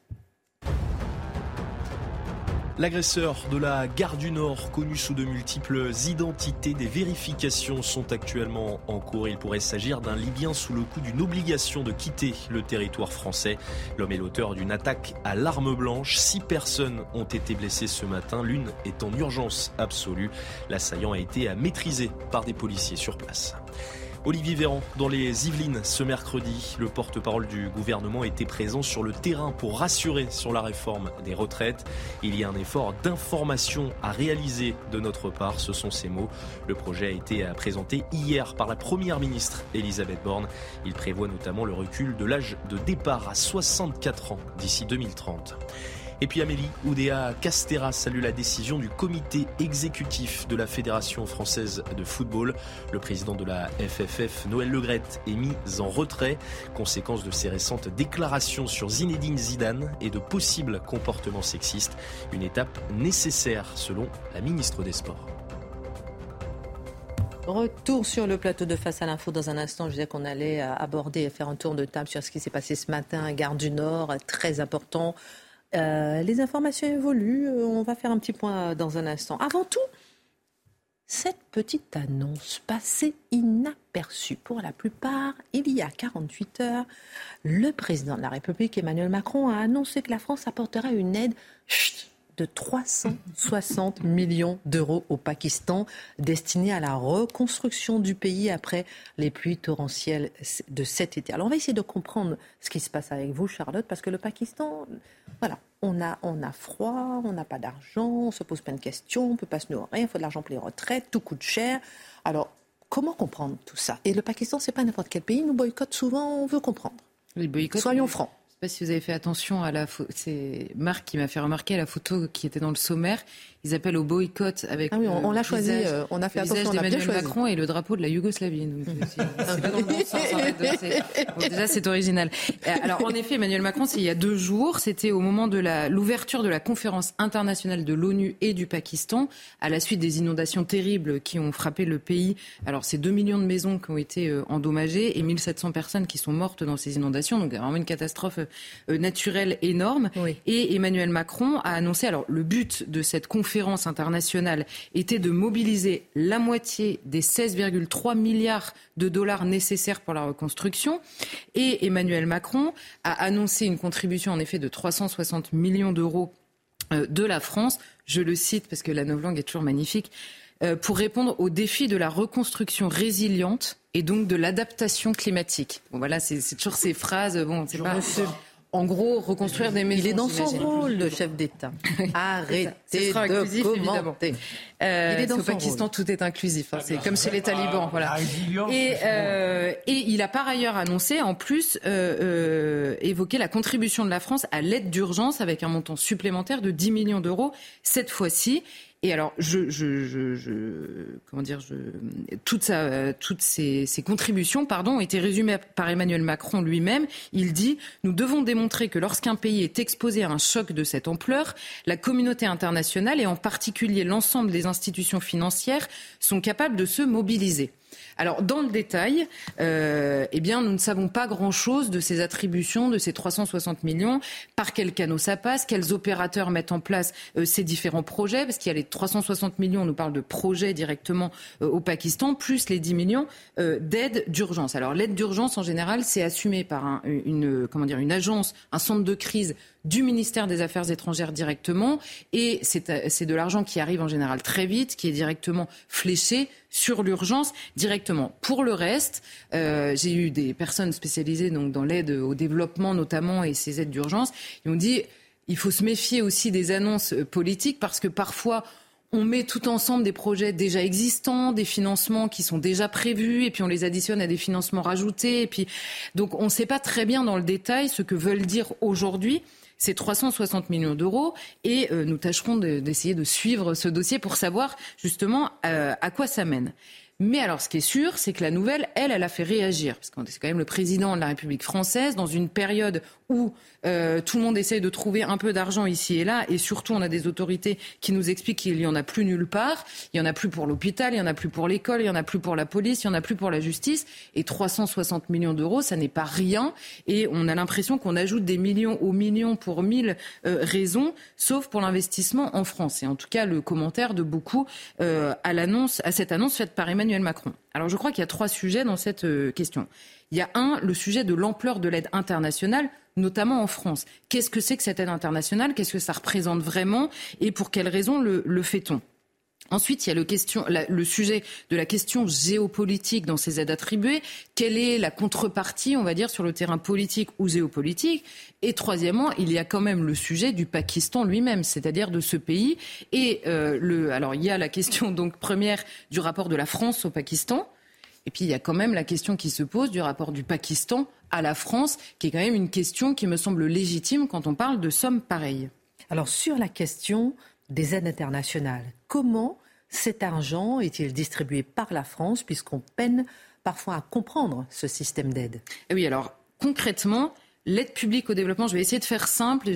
Speaker 7: L'agresseur de la gare du Nord, connu sous de multiples identités, des vérifications sont actuellement en cours. Il pourrait s'agir d'un Libyen sous le coup d'une obligation de quitter le territoire français. L'homme est l'auteur d'une attaque à l'arme blanche. 6 personnes ont été blessées ce matin, l'une est en urgence absolue. L'assaillant a été maîtrisé par des policiers sur place. Olivier Véran, dans les Yvelines, ce mercredi, le porte-parole du gouvernement était présent sur le terrain pour rassurer sur la réforme des retraites. Il y a un effort d'information à réaliser de notre part, ce sont ses mots. Le projet a été présenté hier par la première ministre Elisabeth Borne. Il prévoit notamment le recul de l'âge de départ à 64 ans d'ici 2030. Et puis Amélie Oudéa-Castéra salue la décision du comité exécutif de la Fédération française de football. Le président de la FFF, Noël Le Graët, est mis en retrait, conséquence de ses récentes déclarations sur Zinedine Zidane et de possibles comportements sexistes. Une étape nécessaire selon la ministre des Sports.
Speaker 3: Retour sur le plateau de Face à l'info. Dans un instant, je disais qu'on allait aborder et faire un tour de table sur ce qui s'est passé ce matin à Gare du Nord, très important. Les informations évoluent, on va faire un petit point dans un instant. Avant tout, cette petite annonce passée inaperçue pour la plupart, il y a 48 heures, le président de la République, Emmanuel Macron, a annoncé que la France apportera une aide de 360 millions d'euros au Pakistan, destinée à la reconstruction du pays après les pluies torrentielles de cet été. Alors on va essayer de comprendre ce qui se passe avec vous, Charlotte, parce que le Pakistan, voilà, on a froid, on n'a pas d'argent, on se pose plein de questions, on ne peut pas se nourrir, il faut de l'argent pour les retraites, tout coûte cher. Alors comment comprendre tout ça ? Et le Pakistan, c'est pas n'importe quel pays, nous boycottent souvent, on veut comprendre. Soyons francs.
Speaker 5: Je ne sais pas si vous avez fait attention à c'est Marc qui m'a fait remarquer à la photo qui était dans le sommaire. Ils appellent au boycott avec
Speaker 3: on l'a choisi, on a fait attention, on a bien choisi.
Speaker 5: Macron et le drapeau de la Yougoslavie. Donc, c'est pas dans le bon sens, en fait. Déjà, c'est original. Alors, en effet, Emmanuel Macron, c'est il y a 2 jours, c'était au moment de l'ouverture de la conférence internationale de l'ONU et du Pakistan, à la suite des inondations terribles qui ont frappé le pays. Alors, c'est 2 millions de maisons qui ont été endommagées et 1700 personnes qui sont mortes dans ces inondations. Donc, vraiment une catastrophe naturelle énorme. Oui. Et Emmanuel Macron a annoncé, alors, le but de cette conférence internationale était de mobiliser la moitié des 16,3 milliards de dollars nécessaires pour la reconstruction. Et Emmanuel Macron a annoncé une contribution en effet de 360 millions d'euros de la France. Je le cite parce que la novlangue est toujours magnifique. Pour répondre aux défis de la reconstruction résiliente et donc de l'adaptation climatique. Bon voilà, c'est toujours ces phrases. Bon, c'est pas. En gros, reconstruire des maisons.
Speaker 3: Il est dans son rôle, le chef d'État. Arrêtez de commenter.
Speaker 5: Il est dans son Pakistan, rôle. Tout est inclusif. Hein. C'est comme chez les talibans. Voilà. Et il a par ailleurs annoncé, en plus, évoqué la contribution de la France à l'aide d'urgence avec un montant supplémentaire de 10 millions d'euros cette fois-ci. Et alors, toutes ces contributions, ont été résumées par Emmanuel Macron lui-même. Il dit « Nous devons démontrer que lorsqu'un pays est exposé à un choc de cette ampleur, la communauté internationale et en particulier l'ensemble des institutions financières sont capables de se mobiliser ». Alors, dans le détail, nous ne savons pas grand-chose de ces attributions, de ces 360 millions, par quels canaux ça passe, quels opérateurs mettent en place ces différents projets, parce qu'il y a les 360 millions, on nous parle de projets directement au Pakistan, plus les 10 millions d'aide d'urgence. Alors, l'aide d'urgence, en général, c'est assumé par une agence, un centre de crise du ministère des Affaires étrangères directement, et c'est de l'argent qui arrive en général très vite, qui est directement fléché sur l'urgence directement. Pour le reste, j'ai eu des personnes spécialisées donc dans l'aide au développement notamment et ces aides d'urgence, ils ont dit il faut se méfier aussi des annonces politiques parce que parfois on met tout ensemble des projets déjà existants, des financements qui sont déjà prévus, et puis on les additionne à des financements rajoutés. Et puis, donc on ne sait pas très bien dans le détail ce que veulent dire aujourd'hui ces 360 millions d'euros. Et nous tâcherons d'essayer de suivre ce dossier pour savoir justement à quoi ça mène. Mais alors, ce qui est sûr, c'est que la nouvelle, elle a fait réagir. Parce que c'est quand même le président de la République française, dans une période où tout le monde essaye de trouver un peu d'argent ici et là. Et surtout, on a des autorités qui nous expliquent qu'il n'y en a plus nulle part. Il n'y en a plus pour l'hôpital, il n'y en a plus pour l'école, il n'y en a plus pour la police, il n'y en a plus pour la justice. Et 360 millions d'euros, ça n'est pas rien. Et on a l'impression qu'on ajoute des millions aux millions pour 1000 raisons, sauf pour l'investissement en France. Et en tout cas, le commentaire de beaucoup à cette annonce faite par Emmanuel Macron. Alors je crois qu'il y a 3 sujets dans cette question. Il y a le sujet de l'ampleur de l'aide internationale, notamment en France. Qu'est-ce que c'est que cette aide internationale ? Qu'est-ce que ça représente vraiment ? Et pour quelles raisons le fait-on ? Ensuite, il y a le sujet de la question géopolitique dans ces aides attribuées. Quelle est la contrepartie, on va dire, sur le terrain politique ou géopolitique ? Et troisièmement, il y a quand même le sujet du Pakistan lui-même, c'est-à-dire de ce pays. Et alors, il y a la question donc première du rapport de la France au Pakistan. Et puis, il y a quand même la question qui se pose du rapport du Pakistan à la France, qui est quand même une question qui me semble légitime quand on parle de sommes pareilles.
Speaker 3: Alors, sur la question des aides internationales, comment cet argent est-il distribué par la France, puisqu'on peine parfois à comprendre ce système d'aide ?
Speaker 5: Oui, alors, concrètement, l'aide publique au développement, je vais essayer de faire simple.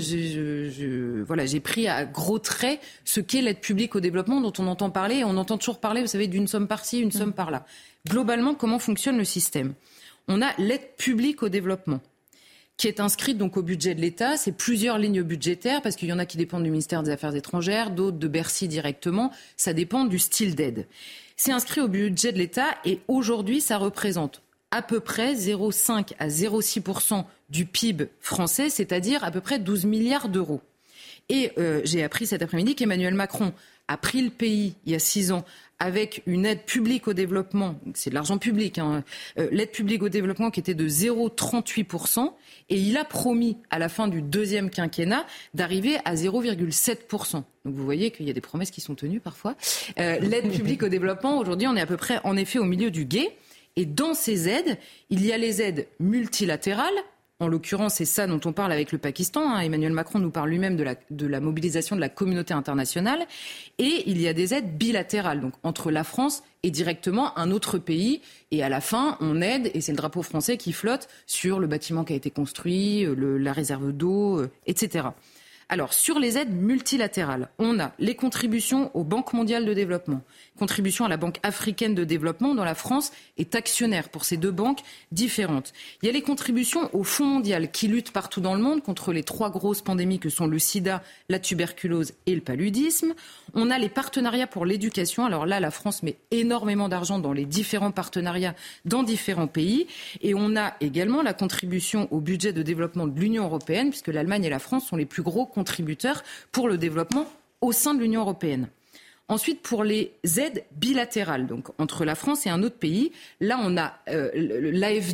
Speaker 5: J'ai pris à gros traits ce qu'est l'aide publique au développement dont on entend parler. Et on entend toujours parler, vous savez, d'une somme par-ci, une somme par-là. Globalement, comment fonctionne le système ? On a l'aide publique au développement qui est inscrite donc au budget de l'État. C'est plusieurs lignes budgétaires parce qu'il y en a qui dépendent du ministère des Affaires étrangères, d'autres de Bercy directement. Ça dépend du style d'aide. C'est inscrit au budget de l'État et aujourd'hui, ça représente à peu près 0,5 à 0,6% du PIB français, c'est-à-dire à peu près 12 milliards d'euros. Et j'ai appris cet après-midi qu'Emmanuel Macron a pris le pays il y a 6 ans avec une aide publique au développement, c'est de l'argent public, l'aide publique au développement qui était de 0,38%, et il a promis à la fin du 2e quinquennat d'arriver à 0,7%. Donc vous voyez qu'il y a des promesses qui sont tenues parfois. L'aide publique au développement, aujourd'hui, on est à peu près en effet au milieu du gué, et dans ces aides, il y a les aides multilatérales. En l'occurrence, c'est ça dont on parle avec le Pakistan. Emmanuel Macron nous parle lui-même de la mobilisation de la communauté internationale. Et il y a des aides bilatérales, donc entre la France et directement un autre pays. Et à la fin, on aide, et c'est le drapeau français qui flotte sur le bâtiment qui a été construit, la réserve d'eau, etc. Alors, sur les aides multilatérales, on a les contributions aux banques mondiales de développement, contributions à la Banque africaine de développement, dont la France est actionnaire pour ces 2 banques différentes. Il y a les contributions au Fonds mondial qui lutte partout dans le monde contre les 3 grosses pandémies que sont le sida, la tuberculose et le paludisme. On a les partenariats pour l'éducation. Alors là, la France met énormément d'argent dans les différents partenariats dans différents pays. Et on a également la contribution au budget de développement de l'Union européenne, puisque l'Allemagne et la France sont les plus gros contributeurs pour le développement au sein de l'Union européenne. Ensuite, pour les aides bilatérales, donc entre la France et un autre pays, là on a l'AFD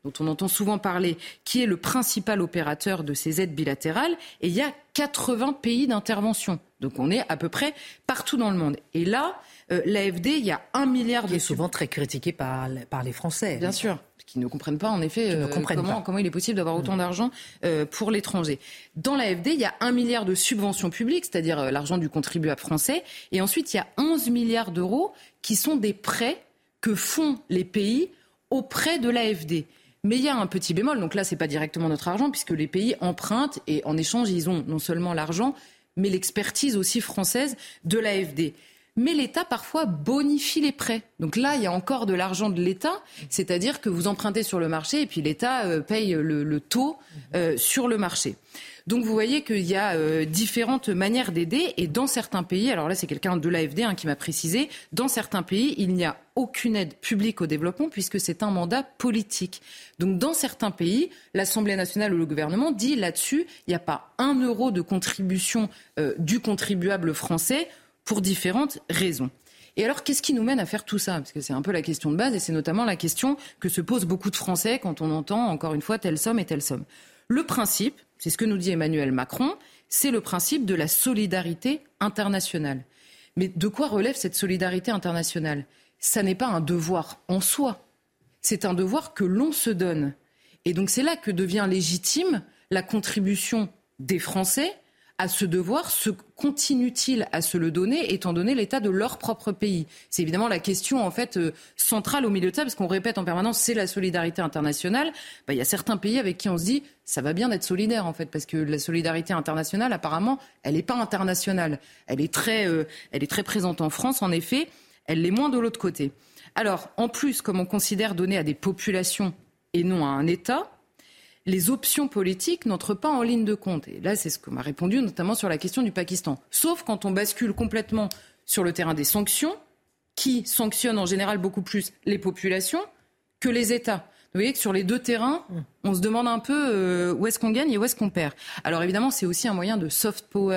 Speaker 5: dont on entend souvent parler, qui est le principal opérateur de ces aides bilatérales, et il y a 80 pays d'intervention. Donc on est à peu près partout dans le monde. Et là, l'AFD, il y a 1 milliard
Speaker 3: qui est souvent très critiqué par les Français.
Speaker 5: Bien sûr, qui ne comprennent pas en effet comment il est possible d'avoir autant d'argent pour l'étranger. Dans l'AFD, il y a 1 milliard de subventions publiques, c'est-à-dire l'argent du contribuable français. Et ensuite, il y a 11 milliards d'euros qui sont des prêts que font les pays auprès de l'AFD. Mais il y a un petit bémol, donc là, ce n'est pas directement notre argent, puisque les pays empruntent et en échange, ils ont non seulement l'argent, mais l'expertise aussi française de l'AFD. Mais l'État, parfois, bonifie les prêts. Donc là, il y a encore de l'argent de l'État, c'est-à-dire que vous empruntez sur le marché et puis l'État paye le taux sur le marché. Donc vous voyez qu'il y a différentes manières d'aider et dans certains pays, alors là c'est quelqu'un de l'AFD qui m'a précisé, dans certains pays il n'y a aucune aide publique au développement puisque c'est un mandat politique. Donc dans certains pays, l'Assemblée nationale ou le gouvernement dit là-dessus, il n'y a pas 1 euro de contribution du contribuable français pour différentes raisons. Et alors, qu'est-ce qui nous mène à faire tout ça ? Parce que c'est un peu la question de base et c'est notamment la question que se posent beaucoup de Français quand on entend, encore une fois, telle somme et telle somme. Le principe, c'est ce que nous dit Emmanuel Macron, c'est le principe de la solidarité internationale. Mais de quoi relève cette solidarité internationale ? Ça n'est pas un devoir en soi, c'est un devoir que l'on se donne. Et donc c'est là que devient légitime la contribution des Français à ce devoir, se continuent-ils à se le donner étant donné l'état de leur propre pays ? C'est évidemment la question en fait centrale au milieu de ça, parce qu'on répète en permanence c'est la solidarité internationale. Il y a certains pays avec qui on se dit ça va bien d'être solidaire en fait, parce que la solidarité internationale apparemment elle n'est pas internationale, elle est très présente en France en effet, elle l'est moins de l'autre côté. Alors en plus comme on considère donner à des populations et non à un État, les options politiques n'entrent pas en ligne de compte. Et là, c'est ce qu'on m'a répondu, notamment sur la question du Pakistan. Sauf quand on bascule complètement sur le terrain des sanctions, qui sanctionnent en général beaucoup plus les populations que les États. Vous voyez que sur les deux terrains, on se demande un peu où est-ce qu'on gagne et où est-ce qu'on perd. Alors évidemment, c'est aussi un moyen de soft power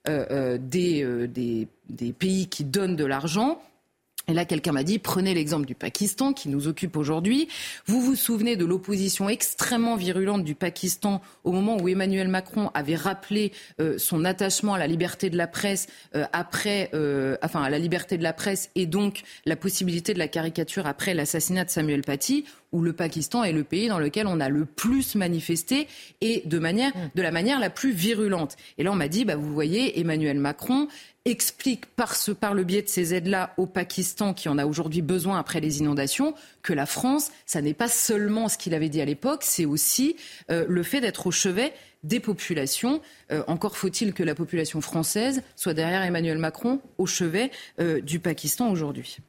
Speaker 5: des pays qui donnent de l'argent. Et là, quelqu'un m'a dit, prenez l'exemple du Pakistan qui nous occupe aujourd'hui. Vous vous souvenez de l'opposition extrêmement virulente du Pakistan au moment où Emmanuel Macron avait rappelé son attachement à la liberté de la presse à la liberté de la presse et donc la possibilité de la caricature après l'assassinat de Samuel Paty, où le Pakistan est le pays dans lequel on a le plus manifesté et de la manière la plus virulente. Et là, on m'a dit, vous voyez, Emmanuel Macron explique par le biais de ces aides-là au Pakistan, qui en a aujourd'hui besoin après les inondations, que la France, ça n'est pas seulement ce qu'il avait dit à l'époque, c'est aussi le fait d'être au chevet des populations. Encore faut-il que la population française soit derrière Emmanuel Macron au chevet du Pakistan aujourd'hui.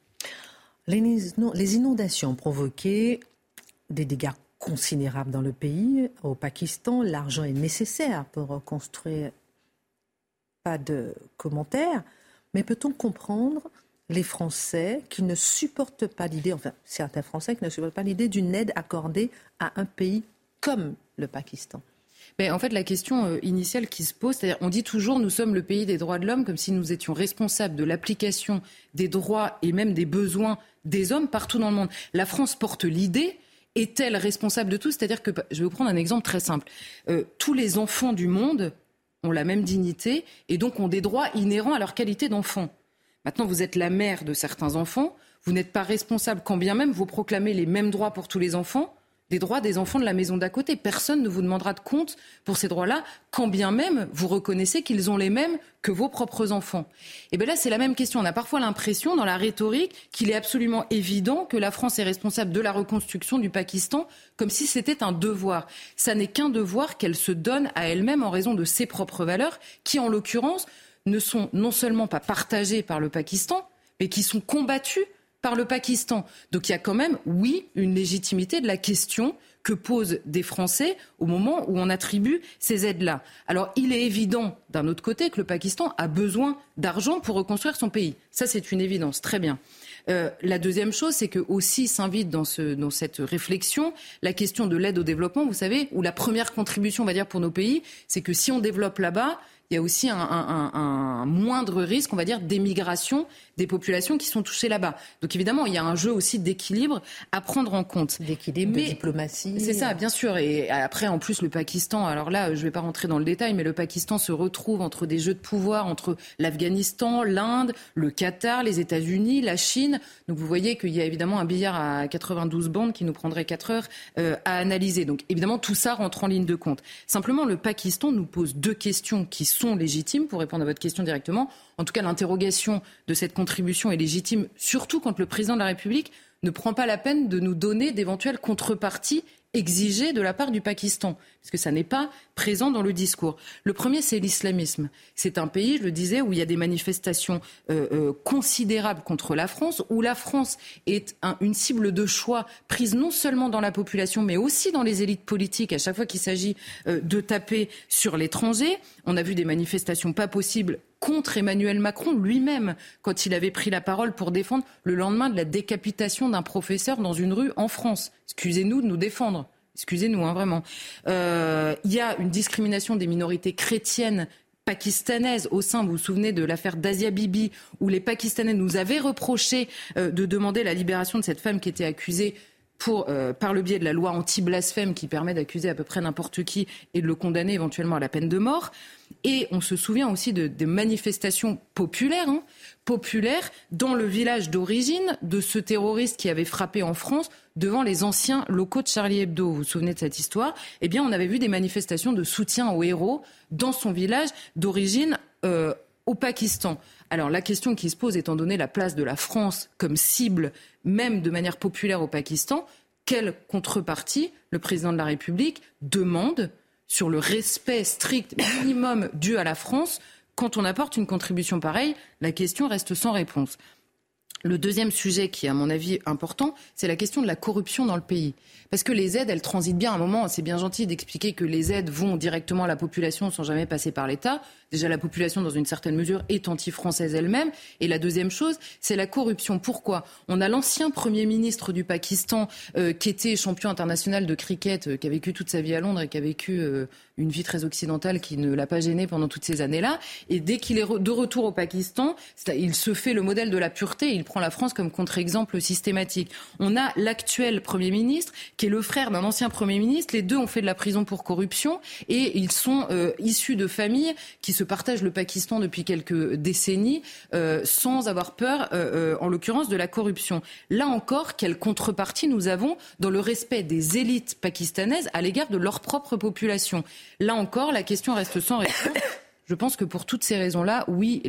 Speaker 3: Les inondations ont provoqué des dégâts considérables dans le pays. Au Pakistan, l'argent est nécessaire pour reconstruire. Pas de commentaires, mais peut-on comprendre les Français qui ne supportent pas l'idée, enfin certains Français qui ne supportent pas l'idée d'une aide accordée à un pays comme le Pakistan ?
Speaker 5: Mais en fait, la question initiale qui se pose, c'est-à-dire on dit toujours nous sommes le pays des droits de l'homme, comme si nous étions responsables de l'application des droits et même des besoins des hommes partout dans le monde. La France porte l'idée, est-elle responsable de tout ? C'est-à-dire que, je vais vous prendre un exemple très simple, tous les enfants du monde ont la même dignité et donc ont des droits inhérents à leur qualité d'enfant. Maintenant, vous êtes la mère de certains enfants, vous n'êtes pas responsable, quand bien même vous proclamez les mêmes droits pour tous les enfants, des droits des enfants de la maison d'à côté. Personne ne vous demandera de compte pour ces droits-là, quand bien même vous reconnaissez qu'ils ont les mêmes que vos propres enfants. Et bien là, c'est la même question. On a parfois l'impression, dans la rhétorique, qu'il est absolument évident que la France est responsable de la reconstruction du Pakistan, comme si c'était un devoir. Ça n'est qu'un devoir qu'elle se donne à elle-même en raison de ses propres valeurs, qui, en l'occurrence, ne sont non seulement pas partagées par le Pakistan, mais qui sont combattues par le Pakistan. Donc il y a quand même, oui, une légitimité de la question que posent des Français au moment où on attribue ces aides-là. Alors il est évident, d'un autre côté, que le Pakistan a besoin d'argent pour reconstruire son pays. Ça, c'est une évidence, très bien. La deuxième chose, c'est que aussi s'invite dans cette réflexion la question de l'aide au développement, vous savez, où la première contribution, on va dire, pour nos pays, c'est que si on développe là-bas, il y a aussi un moindre risque, on va dire, d'émigration des populations qui sont touchées là-bas. Donc évidemment, il y a un jeu aussi d'équilibre à prendre en compte.
Speaker 3: D'équilibre, de diplomatie.
Speaker 5: C'est ça, bien sûr. Et après, en plus, le Pakistan, alors là, je ne vais pas rentrer dans le détail, mais le Pakistan se retrouve entre des jeux de pouvoir, entre l'Afghanistan, l'Inde, le Qatar, les États-Unis, la Chine. Donc vous voyez qu'il y a évidemment un billard à 92 bandes qui nous prendrait 4 heures à analyser. Donc évidemment, tout ça rentre en ligne de compte. Simplement, le Pakistan nous pose 2 questions qui sont légitimes, pour répondre à votre question directement. En tout cas, l'interrogation de cette contribution est légitime, surtout quand le président de la République ne prend pas la peine de nous donner d'éventuelles contreparties exigées de la part du Pakistan, parce que ça n'est pas présent dans le discours. Le premier, c'est l'islamisme. C'est un pays, je le disais, où il y a des manifestations considérables contre la France, où la France est une cible de choix prise non seulement dans la population, mais aussi dans les élites politiques, à chaque fois qu'il s'agit de taper sur l'étranger. On a vu des manifestations pas possibles contre Emmanuel Macron lui-même, quand il avait pris la parole pour défendre le lendemain de la décapitation d'un professeur dans une rue en France. Excusez-nous de nous défendre. Excusez-nous, vraiment. Il y a une discrimination des minorités chrétiennes pakistanaises au sein, vous vous souvenez de l'affaire d'Asia Bibi, où les Pakistanais nous avaient reproché de demander la libération de cette femme qui était accusée par le biais de la loi anti-blasphème qui permet d'accuser à peu près n'importe qui et de le condamner éventuellement à la peine de mort. Et on se souvient aussi de manifestations populaires, populaires dans le village d'origine de ce terroriste qui avait frappé en France devant les anciens locaux de Charlie Hebdo. Vous vous souvenez de cette histoire ? Eh bien, on avait vu des manifestations de soutien aux héros dans son village d'origine au Pakistan. Alors la question qui se pose, étant donné la place de la France comme cible, même de manière populaire au Pakistan, quelle contrepartie le président de la République demande sur le respect strict minimum dû à la France quand on apporte une contribution pareille? La question reste sans réponse. Le deuxième sujet qui est à mon avis important, c'est la question de la corruption dans le pays. Parce que les aides, elles transitent bien. À un moment, c'est bien gentil d'expliquer que les aides vont directement à la population sans jamais passer par l'État. Déjà, la population, dans une certaine mesure, est anti-française elle-même. Et la deuxième chose, c'est la corruption. Pourquoi ? On a l'ancien Premier ministre du Pakistan qui était champion international de cricket, qui a vécu toute sa vie à Londres et qui a vécu une vie très occidentale qui ne l'a pas gêné pendant toutes ces années-là. Et dès qu'il est de retour au Pakistan, il se fait le modèle de la pureté. Il prend la France comme contre-exemple systématique. On a l'actuel Premier ministre qui est le frère d'un ancien Premier ministre. Les deux ont fait de la prison pour corruption et ils sont issus de familles qui se partagent le Pakistan depuis quelques décennies sans avoir peur, en l'occurrence, de la corruption. Là encore, quelle contrepartie nous avons dans le respect des élites pakistanaises à l'égard de leur propre population ? Là encore, la question reste sans réponse. Je pense que pour toutes ces raisons-là, oui,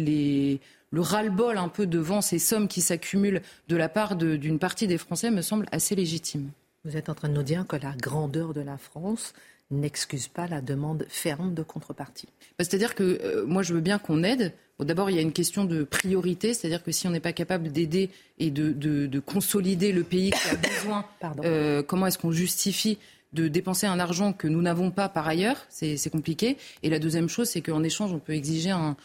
Speaker 5: le ras-le-bol un peu devant ces sommes qui s'accumulent de la part d'une partie des Français me semble assez légitime.
Speaker 3: Vous êtes en train de nous dire que la grandeur de la France n'excuse pas la demande ferme de contrepartie.
Speaker 5: C'est-à-dire que moi, je veux bien qu'on aide. Bon, d'abord, il y a une question de priorité, c'est-à-dire que si on n'est pas capable d'aider et de consolider le pays qui a besoin, comment est-ce qu'on justifie de dépenser un argent que nous n'avons pas par ailleurs ? C'est compliqué. Et la deuxième chose, c'est qu'en échange, on peut exiger un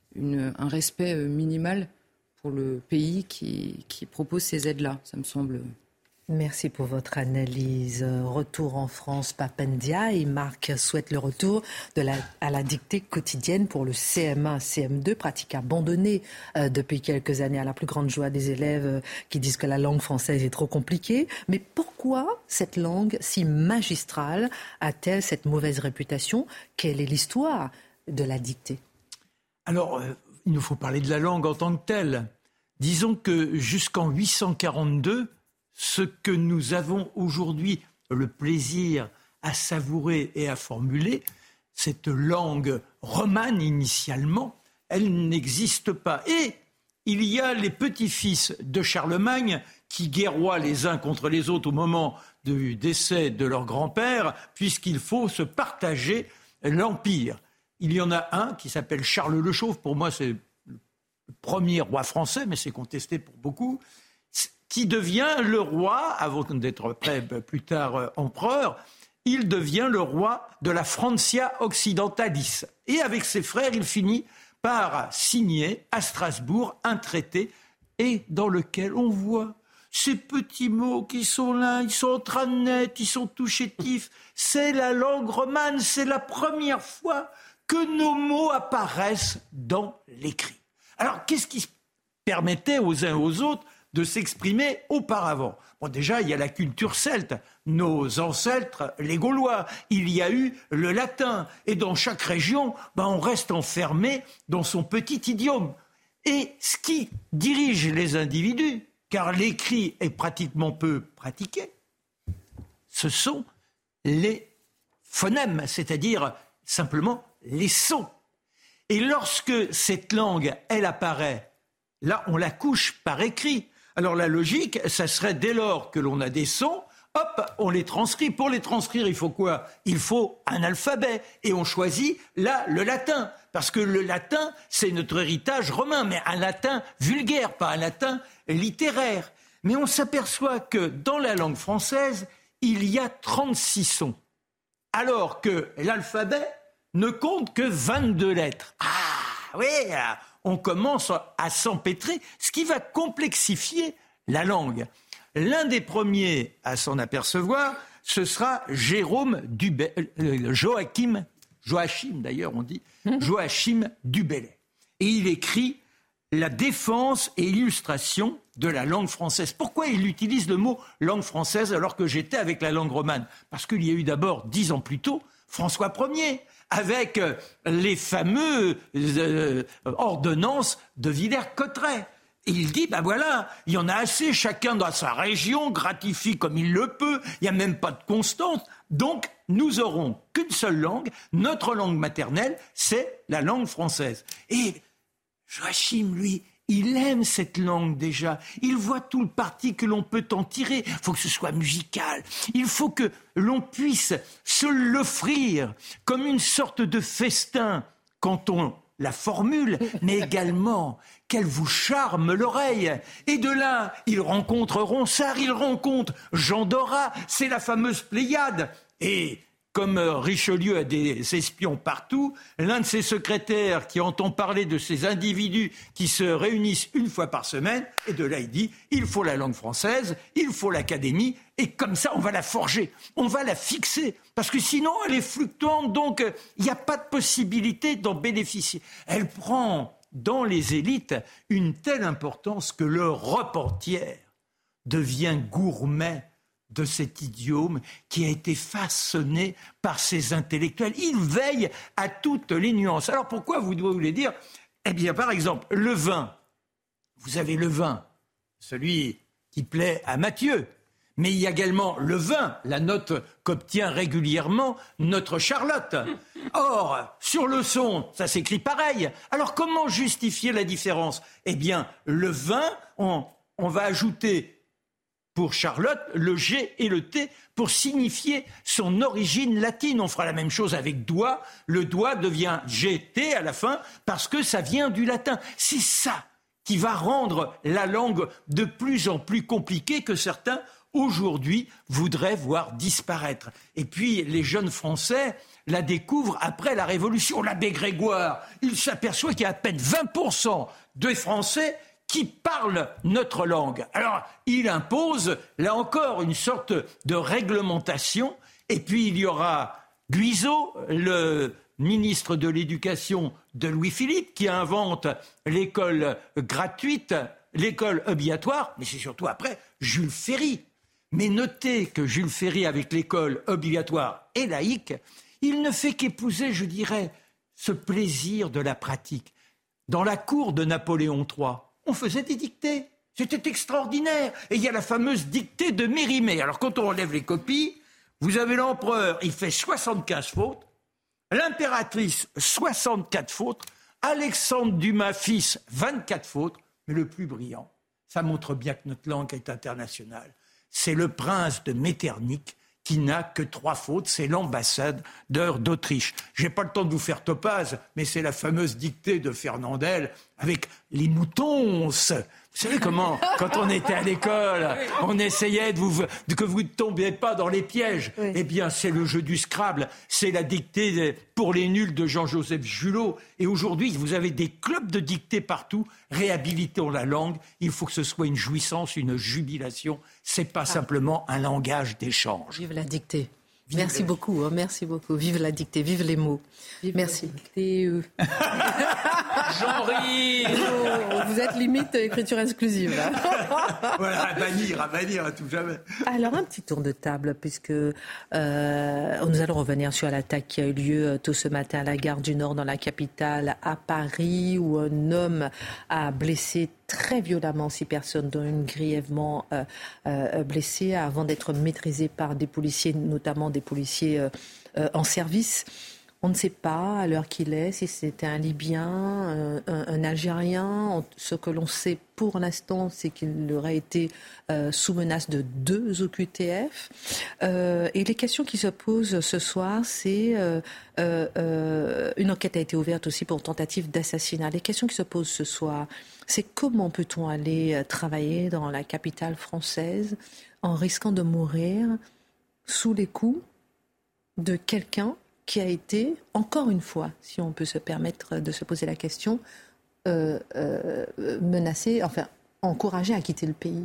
Speaker 5: respect minimal pour le pays qui propose ces aides-là, ça me semble.
Speaker 3: Merci pour votre analyse. Retour en France, Pape Ndiaye. Marc souhaite le retour à la dictée quotidienne pour le CM1, CM2, pratique abandonnée depuis quelques années à la plus grande joie des élèves qui disent que la langue française est trop compliquée. Mais pourquoi cette langue si magistrale a-t-elle cette mauvaise réputation ? Quelle est l'histoire de la dictée ?
Speaker 10: Alors, il nous faut parler de la langue en tant que telle. Disons que jusqu'en 842, ce que nous avons aujourd'hui le plaisir à savourer et à formuler, cette langue romane initialement, elle n'existe pas. Et il y a les petits-fils de Charlemagne qui guerroient les uns contre les autres au moment du décès de leur grand-père, puisqu'il faut se partager l'empire. Il y en a un qui s'appelle Charles le Chauve, pour moi c'est le premier roi français, mais c'est contesté pour beaucoup, qui devient le roi, avant d'être plus tard empereur, il devient le roi de la Francia Occidentalis. Et avec ses frères, il finit par signer à Strasbourg un traité et dans lequel on voit ces petits mots qui sont là, ils sont intranets, ils sont tout chétifs. C'est la langue romane, c'est la première fois que nos mots apparaissent dans l'écrit. Alors, qu'est-ce qui permettait aux uns et aux autres de s'exprimer auparavant. Bon, déjà, il y a la culture celte. Nos ancêtres, les Gaulois, il y a eu le latin. Et dans chaque région, on reste enfermé dans son petit idiome. Et ce qui dirige les individus, car l'écrit est pratiquement peu pratiqué, ce sont les phonèmes, c'est-à-dire simplement les sons. Et lorsque cette langue, elle apparaît, là, on la couche par écrit. Alors la logique, ça serait dès lors que l'on a des sons, hop, on les transcrit. Pour les transcrire, il faut quoi ? Il faut un alphabet. Et on choisit là le latin. Parce que le latin, c'est notre héritage romain, mais un latin vulgaire, pas un latin littéraire. Mais on s'aperçoit que dans la langue française, il y a 36 sons. Alors que l'alphabet ne compte que 22 lettres. Ah oui, on commence à s'empêtrer, ce qui va complexifier la langue. L'un des premiers à s'en apercevoir, ce sera Joachim d'ailleurs on dit, Joachim du Bellay. Et il écrit « La défense et illustration de la langue française ». Pourquoi il utilise le mot « langue française » alors que j'étais avec la langue romane ? Parce qu'il y a eu d'abord, 10 ans plus tôt, François Ier, avec les fameuses ordonnances de Villers-Cotterêts. Et il dit, voilà, il y en a assez, chacun dans sa région gratifie comme il le peut, il n'y a même pas de constante. Donc, nous aurons qu'une seule langue, notre langue maternelle, c'est la langue française. Et Joachim, lui, il aime cette langue déjà. Il voit tout le parti que l'on peut en tirer. Il faut que ce soit musical. Il faut que l'on puisse se l'offrir comme une sorte de festin quand on la formule, mais également qu'elle vous charme l'oreille. Et de là, il rencontre Ronsard, il rencontre Jean Dorat, c'est la fameuse Pléiade. Et comme Richelieu a des espions partout, l'un de ses secrétaires qui entend parler de ces individus qui se réunissent une fois par semaine, et de là il dit, il faut la langue française, il faut l'académie, et comme ça on va la forger, on va la fixer, parce que sinon elle est fluctuante, donc il n'y a pas de possibilité d'en bénéficier. Elle prend dans les élites une telle importance que le reportier devient gourmet de cet idiome qui a été façonné par ces intellectuels. Ils veillent à toutes les nuances. Alors pourquoi vous voulez dire ? Eh bien, par exemple, le vin. Vous avez le vin, celui qui plaît à Mathieu. Mais il y a également le vin, la note qu'obtient régulièrement notre Charlotte. Or, sur le son, ça s'écrit pareil. Alors comment justifier la différence ? Eh bien, le vin, on va ajouter pour Charlotte, le G et le T pour signifier son origine latine. On fera la même chose avec doigt. Le doigt devient GT à la fin parce que ça vient du latin. C'est ça qui va rendre la langue de plus en plus compliquée que certains, aujourd'hui, voudraient voir disparaître. Et puis, les jeunes Français la découvrent après la Révolution. L'abbé Grégoire, il s'aperçoit qu'il y a à peine 20% de Français qui parle notre langue. Alors, il impose, là encore, une sorte de réglementation. Et puis, il y aura Guizot, le ministre de l'Éducation de Louis-Philippe, qui invente l'école gratuite, l'école obligatoire, mais c'est surtout après Jules Ferry. Mais notez que Jules Ferry, avec l'école obligatoire et laïque, il ne fait qu'épouser, je dirais, ce plaisir de la pratique. Dans la cour de Napoléon III, on faisait des dictées. C'était extraordinaire. Et il y a la fameuse dictée de Mérimée. Alors, quand on enlève les copies, vous avez l'empereur, il fait 75 fautes. L'impératrice, 64 fautes. Alexandre Dumas, fils, 24 fautes. Mais le plus brillant, ça montre bien que notre langue est internationale. C'est le prince de Metternich qui n'a que 3 fautes, c'est l'ambassadeur d'Autriche. J'ai pas le temps de vous faire Topaz, mais c'est la fameuse dictée de Fernandel avec les moutons. Vous savez comment, quand on était à l'école, on essayait que vous ne tombiez pas dans les pièges. Oui. Eh bien, c'est le jeu du Scrabble, c'est la dictée pour les nuls de Jean-Joseph Julot. Et aujourd'hui, vous avez des clubs de dictée partout. Réhabilitons la langue. Il faut que ce soit une jouissance, une jubilation. C'est pas simplement un langage d'échange.
Speaker 3: Vive la dictée. Merci beaucoup, merci beaucoup. Vive la dictée, vive les mots.
Speaker 5: Vive
Speaker 3: merci.
Speaker 5: La dictée,
Speaker 4: Jean-Ry.
Speaker 3: Vous êtes limite écriture exclusive. Là.
Speaker 10: Voilà, à bannir à tout jamais.
Speaker 3: Alors, un petit tour de table, puisque nous allons revenir sur l'attaque qui a eu lieu tôt ce matin à la gare du Nord, dans la capitale, à Paris, où un homme a blessé très violemment 6 personnes, dont une grièvement blessée, avant d'être maîtrisé par des policiers, notamment des policiers en service. On ne sait pas à l'heure qu'il est si c'était un Libyen, un Algérien. Ce que l'on sait pour l'instant, c'est qu'il aurait été sous menace de 2 OQTF. Et les questions qui se posent ce soir, c'est une enquête a été ouverte aussi pour tentative d'assassinat. Les questions qui se posent ce soir, c'est comment peut-on aller travailler dans la capitale française en risquant de mourir sous les coups de quelqu'un qui a été, encore une fois, si on peut se permettre de se poser la question, menacé, enfin encouragé à quitter le pays.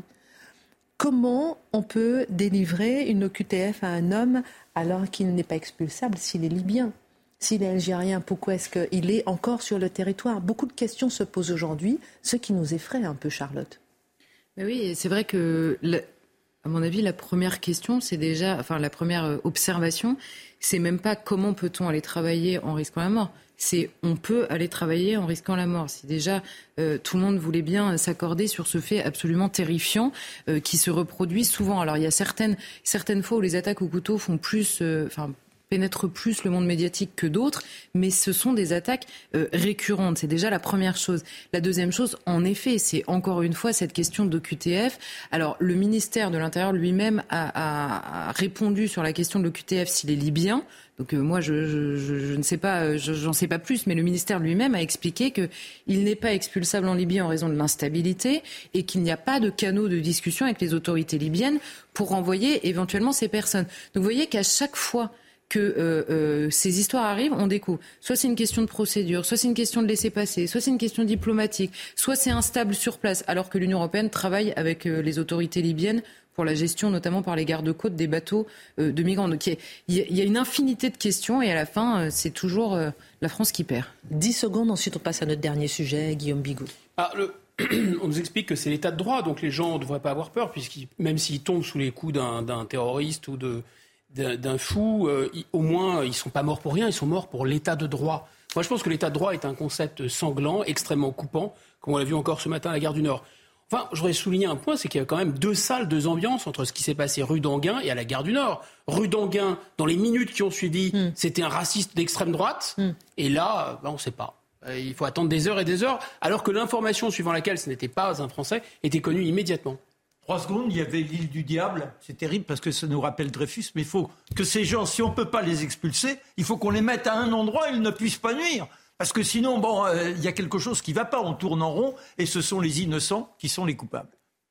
Speaker 3: Comment on peut délivrer une OQTF à un homme alors qu'il n'est pas expulsable s'il est libyen ? S'il est algérien, pourquoi est-ce qu'il est encore sur le territoire ? Beaucoup de questions se posent aujourd'hui, ce qui nous effraie un peu, Charlotte.
Speaker 5: Mais oui, c'est vrai que, à mon avis, la première question, c'est déjà, enfin la première observation, c'est même pas comment peut-on aller travailler en risquant la mort. C'est on peut aller travailler en risquant la mort. Si déjà tout le monde voulait bien s'accorder sur ce fait absolument terrifiant qui se reproduit souvent. Alors il y a certaines fois où les attaques au couteau font plus, pénètrent plus le monde médiatique que d'autres, mais ce sont des attaques récurrentes. C'est déjà la première chose. La deuxième chose, en effet, c'est encore une fois cette question d'OQTF. Alors, le ministère de l'Intérieur lui-même a répondu sur la question de l'OQTF s'il est libyen. Donc moi, je ne sais pas, j'en sais pas plus, mais le ministère lui-même a expliqué qu'il n'est pas expulsable en Libye en raison de l'instabilité et qu'il n'y a pas de canaux de discussion avec les autorités libyennes pour renvoyer éventuellement ces personnes. Donc vous voyez qu'à chaque fois que ces histoires arrivent, on découvre. Soit c'est une question de procédure, soit c'est une question de laisser-passer, soit c'est une question diplomatique, soit c'est instable sur place, alors que l'Union européenne travaille avec les autorités libyennes pour la gestion, notamment par les gardes-côtes des bateaux de migrants. Donc il y a une infinité de questions et à la fin, c'est toujours la France qui perd.
Speaker 3: 10 secondes, ensuite on passe à notre dernier sujet, Guillaume Bigot.
Speaker 4: On nous explique que c'est l'état de droit, donc les gens ne devraient pas avoir peur, même s'ils tombent sous les coups d'un terroriste ou d'un fou, au moins ils ne sont pas morts pour rien, ils sont morts pour l'état de droit. Moi je pense que l'état de droit est un concept sanglant, extrêmement coupant, comme on l'a vu encore ce matin à la gare du Nord. Enfin, je voudrais souligner un point, c'est qu'il y a quand même 2 salles, 2 ambiances entre ce qui s'est passé rue d'Anguin et à la gare du Nord. Rue d'Anguin, dans les minutes qui ont suivi, c'était un raciste d'extrême droite, et là, on ne sait pas. Il faut attendre des heures et des heures, alors que l'information suivant laquelle ce n'était pas un Français était connue immédiatement.
Speaker 10: 3 secondes, il y avait l'île du Diable. C'est terrible parce que ça nous rappelle Dreyfus, mais il faut que ces gens, si on ne peut pas les expulser, il faut qu'on les mette à un endroit où ils ne puissent pas nuire. Parce que sinon, il y a quelque chose qui ne va pas, on tourne en rond et ce sont les innocents qui sont les coupables.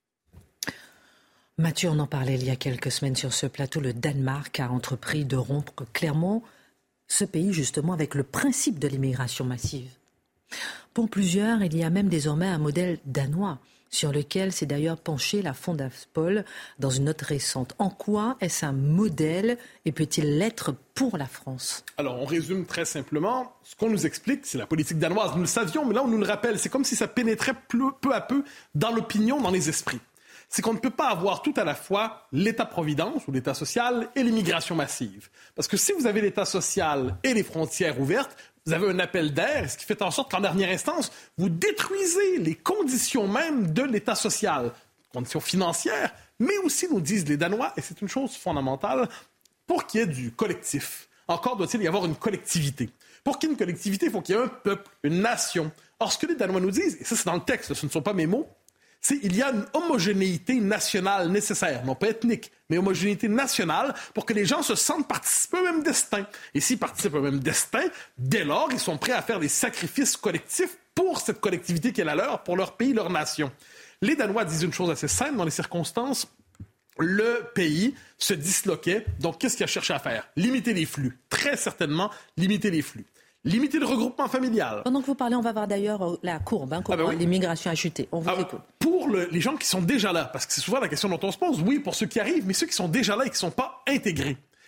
Speaker 3: Mathieu, on en parlait il y a quelques semaines sur ce plateau. Le Danemark a entrepris de rompre clairement ce pays justement avec le principe de l'immigration massive. Pour plusieurs, il y a même désormais un modèle danois sur lequel s'est d'ailleurs penché la Fondapol dans une note récente. En quoi est-ce un modèle et peut-il l'être pour la France ?
Speaker 8: Alors, on résume très simplement. Ce qu'on nous explique, c'est la politique danoise. Nous le savions, mais là, on nous le rappelle. C'est comme si ça pénétrait peu à peu dans l'opinion, dans les esprits. C'est qu'on ne peut pas avoir tout à la fois l'État-providence ou l'État social et l'immigration massive. Parce que si vous avez l'État social et les frontières ouvertes, vous avez un appel d'air, ce qui fait en sorte qu'en dernière instance, vous détruisez les conditions même de l'État social, conditions financières, mais aussi, nous disent les Danois, et c'est une chose fondamentale, pour qu'il y ait du collectif. Encore doit-il y avoir une collectivité. Pour qu'il y ait une collectivité, il faut qu'il y ait un peuple, une nation. Or, ce que les Danois nous disent, et ça c'est dans le texte, ce ne sont pas mes mots, c'est qu'il y a une homogénéité nationale nécessaire, non pas ethnique, mais homogénéité nationale pour que les gens se sentent participer au même destin. Et s'ils participent au même destin, dès lors, ils sont prêts à faire des sacrifices collectifs pour cette collectivité qui est la leur, pour leur pays, leur nation. Les Danois disent une chose assez simple dans les circonstances. Le pays se disloquait. Donc, qu'est-ce qu'il a cherché à faire? Limiter les flux. Très certainement, limiter les flux. Limiter le regroupement familial.
Speaker 3: Pendant que vous parlez, on va voir d'ailleurs la courbe, comment l'immigration a chuté. On vous écoute.
Speaker 8: Pour les gens qui sont déjà là, parce que c'est souvent la question dont on se pose, oui, pour ceux qui arrivent, mais ceux qui sont déjà là et qui ne sont pas intégrés.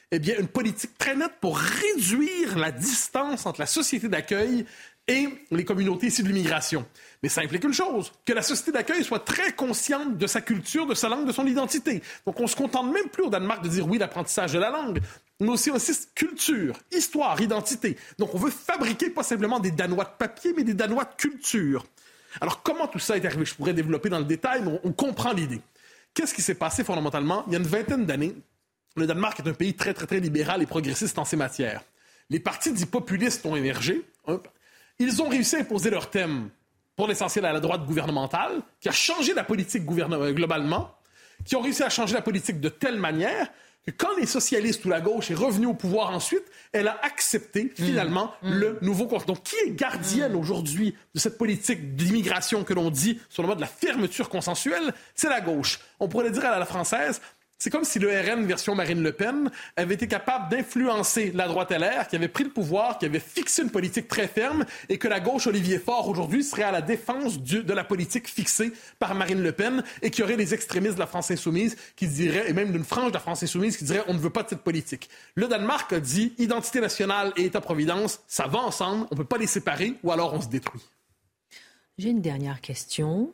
Speaker 8: eh bien, une politique très nette pour réduire la distance entre la société d'accueil et les communautés issues de l'immigration. Mais ça implique une chose, que la société d'accueil soit très consciente de sa culture, de sa langue, de son identité. Donc, on ne se contente même plus au Danemark de dire oui, l'apprentissage de la langue, mais aussi culture, histoire, identité. Donc, on veut fabriquer pas simplement des Danois de papier, mais des Danois de culture. Alors, comment tout ça est arrivé? Je pourrais développer dans le détail, mais on comprend l'idée. Qu'est-ce qui s'est passé fondamentalement? Il y a une vingtaine d'années, le Danemark est un pays très, très, très libéral et progressiste en ces matières. Les partis dits populistes ont émergé. Ils ont réussi à imposer leur thème, pour l'essentiel à la droite gouvernementale, qui a changé la politique globalement, qui ont réussi à changer la politique de telle manière que quand les socialistes ou la gauche est revenue au pouvoir ensuite, elle a accepté finalement le nouveau consensus. Donc, qui est gardienne aujourd'hui de cette politique d'immigration que l'on dit sur le mode de la fermeture consensuelle? C'est la gauche. On pourrait le dire à la française. C'est comme si le RN version Marine Le Pen avait été capable d'influencer la droite LR, qui avait pris le pouvoir, qui avait fixé une politique très ferme, et que la gauche Olivier Faure aujourd'hui serait à la défense de la politique fixée par Marine Le Pen, et qu'il y aurait les extrémistes de la France insoumise qui diraient, et même d'une frange de la France insoumise qui dirait on ne veut pas de cette politique. Le Danemark a dit identité nationale et État-providence, ça va ensemble, on ne peut pas les séparer, ou alors on se détruit.
Speaker 9: J'ai une dernière question,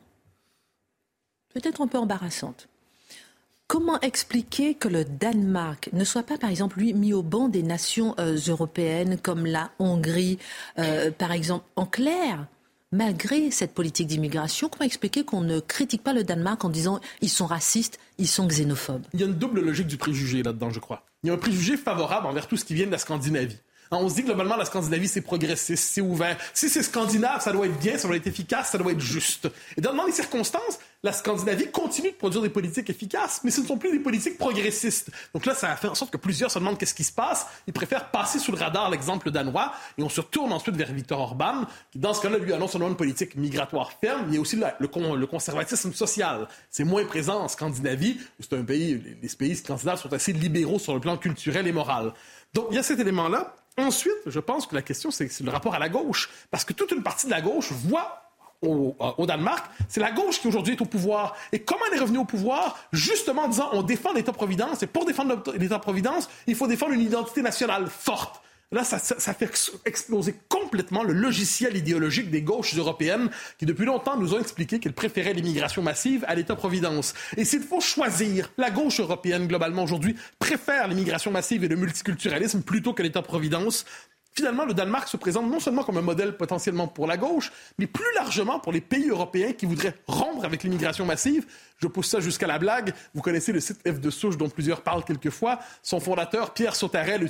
Speaker 9: peut-être un peu embarrassante. Comment expliquer que le Danemark ne soit pas, par exemple, lui, mis au banc des nations européennes comme la Hongrie, par exemple? En clair, malgré cette politique d'immigration, comment expliquer qu'on ne critique pas le Danemark en disant ils sont racistes, ils sont xénophobes? Il
Speaker 8: y a une double logique du préjugé là-dedans, je crois. Il y a un préjugé favorable envers tout ce qui vient de la Scandinavie. On se dit globalement la Scandinavie, c'est progressiste, c'est ouvert. Si c'est scandinave, ça doit être bien, ça doit être efficace, ça doit être juste. Et dans les circonstances, la Scandinavie continue de produire des politiques efficaces, mais ce ne sont plus des politiques progressistes. Donc là, ça a fait en sorte que plusieurs se demandent qu'est-ce qui se passe. Ils préfèrent passer sous le radar l'exemple danois, et on se tourne ensuite vers Viktor Orban, qui dans ce cas-là, lui, annonce seulement une politique migratoire ferme, il y a aussi le conservatisme social. C'est moins présent en Scandinavie, c'est un pays, les pays scandinaves sont assez libéraux sur le plan culturel et moral. Donc il y a cet élément-là. Ensuite, je pense que la question, c'est le rapport à la gauche. Parce que toute une partie de la gauche voit au Danemark, c'est la gauche qui aujourd'hui est au pouvoir. Et comment elle est revenue au pouvoir? Justement en disant, on défend l'État-providence. Et pour défendre l'État-providence, il faut défendre une identité nationale forte. Là, ça fait exploser complètement le logiciel idéologique des gauches européennes qui, depuis longtemps, nous ont expliqué qu'elles préféraient l'immigration massive à l'État-providence. Et s'il faut choisir, la gauche européenne, globalement, aujourd'hui, préfère l'immigration massive et le multiculturalisme plutôt que l'État-providence. Finalement, le Danemark se présente non seulement comme un modèle potentiellement pour la gauche, mais plus largement pour les pays européens qui voudraient rompre avec l'immigration massive. Je pousse ça jusqu'à la blague. Vous connaissez le site F de Souche dont plusieurs parlent quelquefois. Son fondateur, Pierre Sautarel,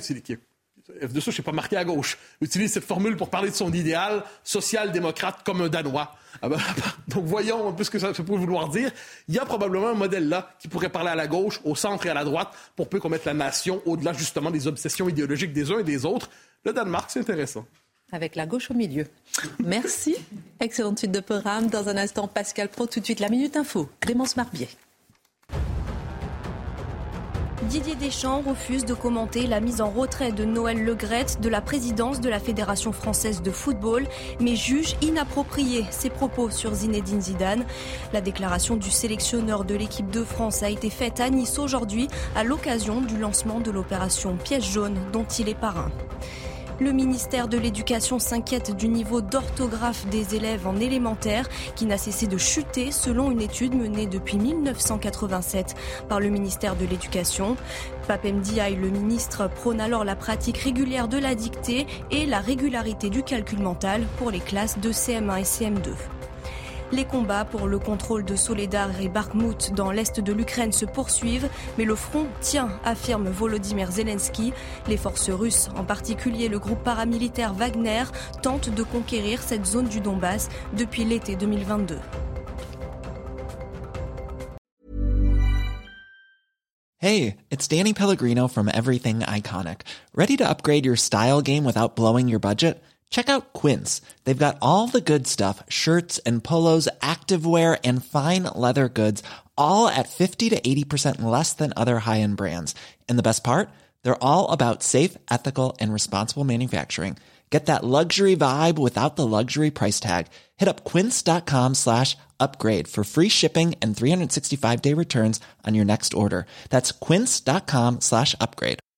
Speaker 8: F de Souche n'est pas marqué à gauche, utilise cette formule pour parler de son idéal social-démocrate comme un Danois. Donc voyons un peu ce que ça peut vouloir dire. Il y a probablement un modèle là qui pourrait parler à la gauche, au centre et à la droite pour peu qu'on mette la nation au-delà justement des obsessions idéologiques des uns et des autres. Le Danemark, c'est intéressant.
Speaker 9: Avec la gauche au milieu. Merci. Excellente suite de programme. Dans un instant, Pascal Praud. Tout de suite, la Minute Info. Clémence Marbier.
Speaker 11: Didier Deschamps refuse de commenter la mise en retrait de Noël Le Graët de la présidence de la Fédération française de football, mais juge inapproprié ses propos sur Zinedine Zidane. La déclaration du sélectionneur de l'équipe de France a été faite à Nice aujourd'hui à l'occasion du lancement de l'opération Piège jaune dont il est parrain. Le ministère de l'Éducation s'inquiète du niveau d'orthographe des élèves en élémentaire qui n'a cessé de chuter selon une étude menée depuis 1987 par le ministère de l'Éducation. Pape Ndiaye, le ministre, prône alors la pratique régulière de la dictée et la régularité du calcul mental pour les classes de CM1 et CM2. Les combats pour le contrôle de Soledar et Bakhmout dans l'est de l'Ukraine se poursuivent, mais le front tient, affirme Volodymyr Zelensky. Les forces russes, en particulier le groupe paramilitaire Wagner, tentent de conquérir cette zone du Donbass depuis l'été 2022.
Speaker 12: Hey, it's Danny Pellegrino from Everything Iconic. Ready to upgrade your style game without blowing your budget? Check out Quince. They've got all the good stuff, shirts and polos, activewear, and fine leather goods, all at 50 to 80% less than other high-end brands. And the best part? They're all about safe, ethical, and responsible manufacturing. Get that luxury vibe without the luxury price tag. Hit up quince.com/upgrade for free shipping and 365-day returns on your next order. That's quince.com/upgrade.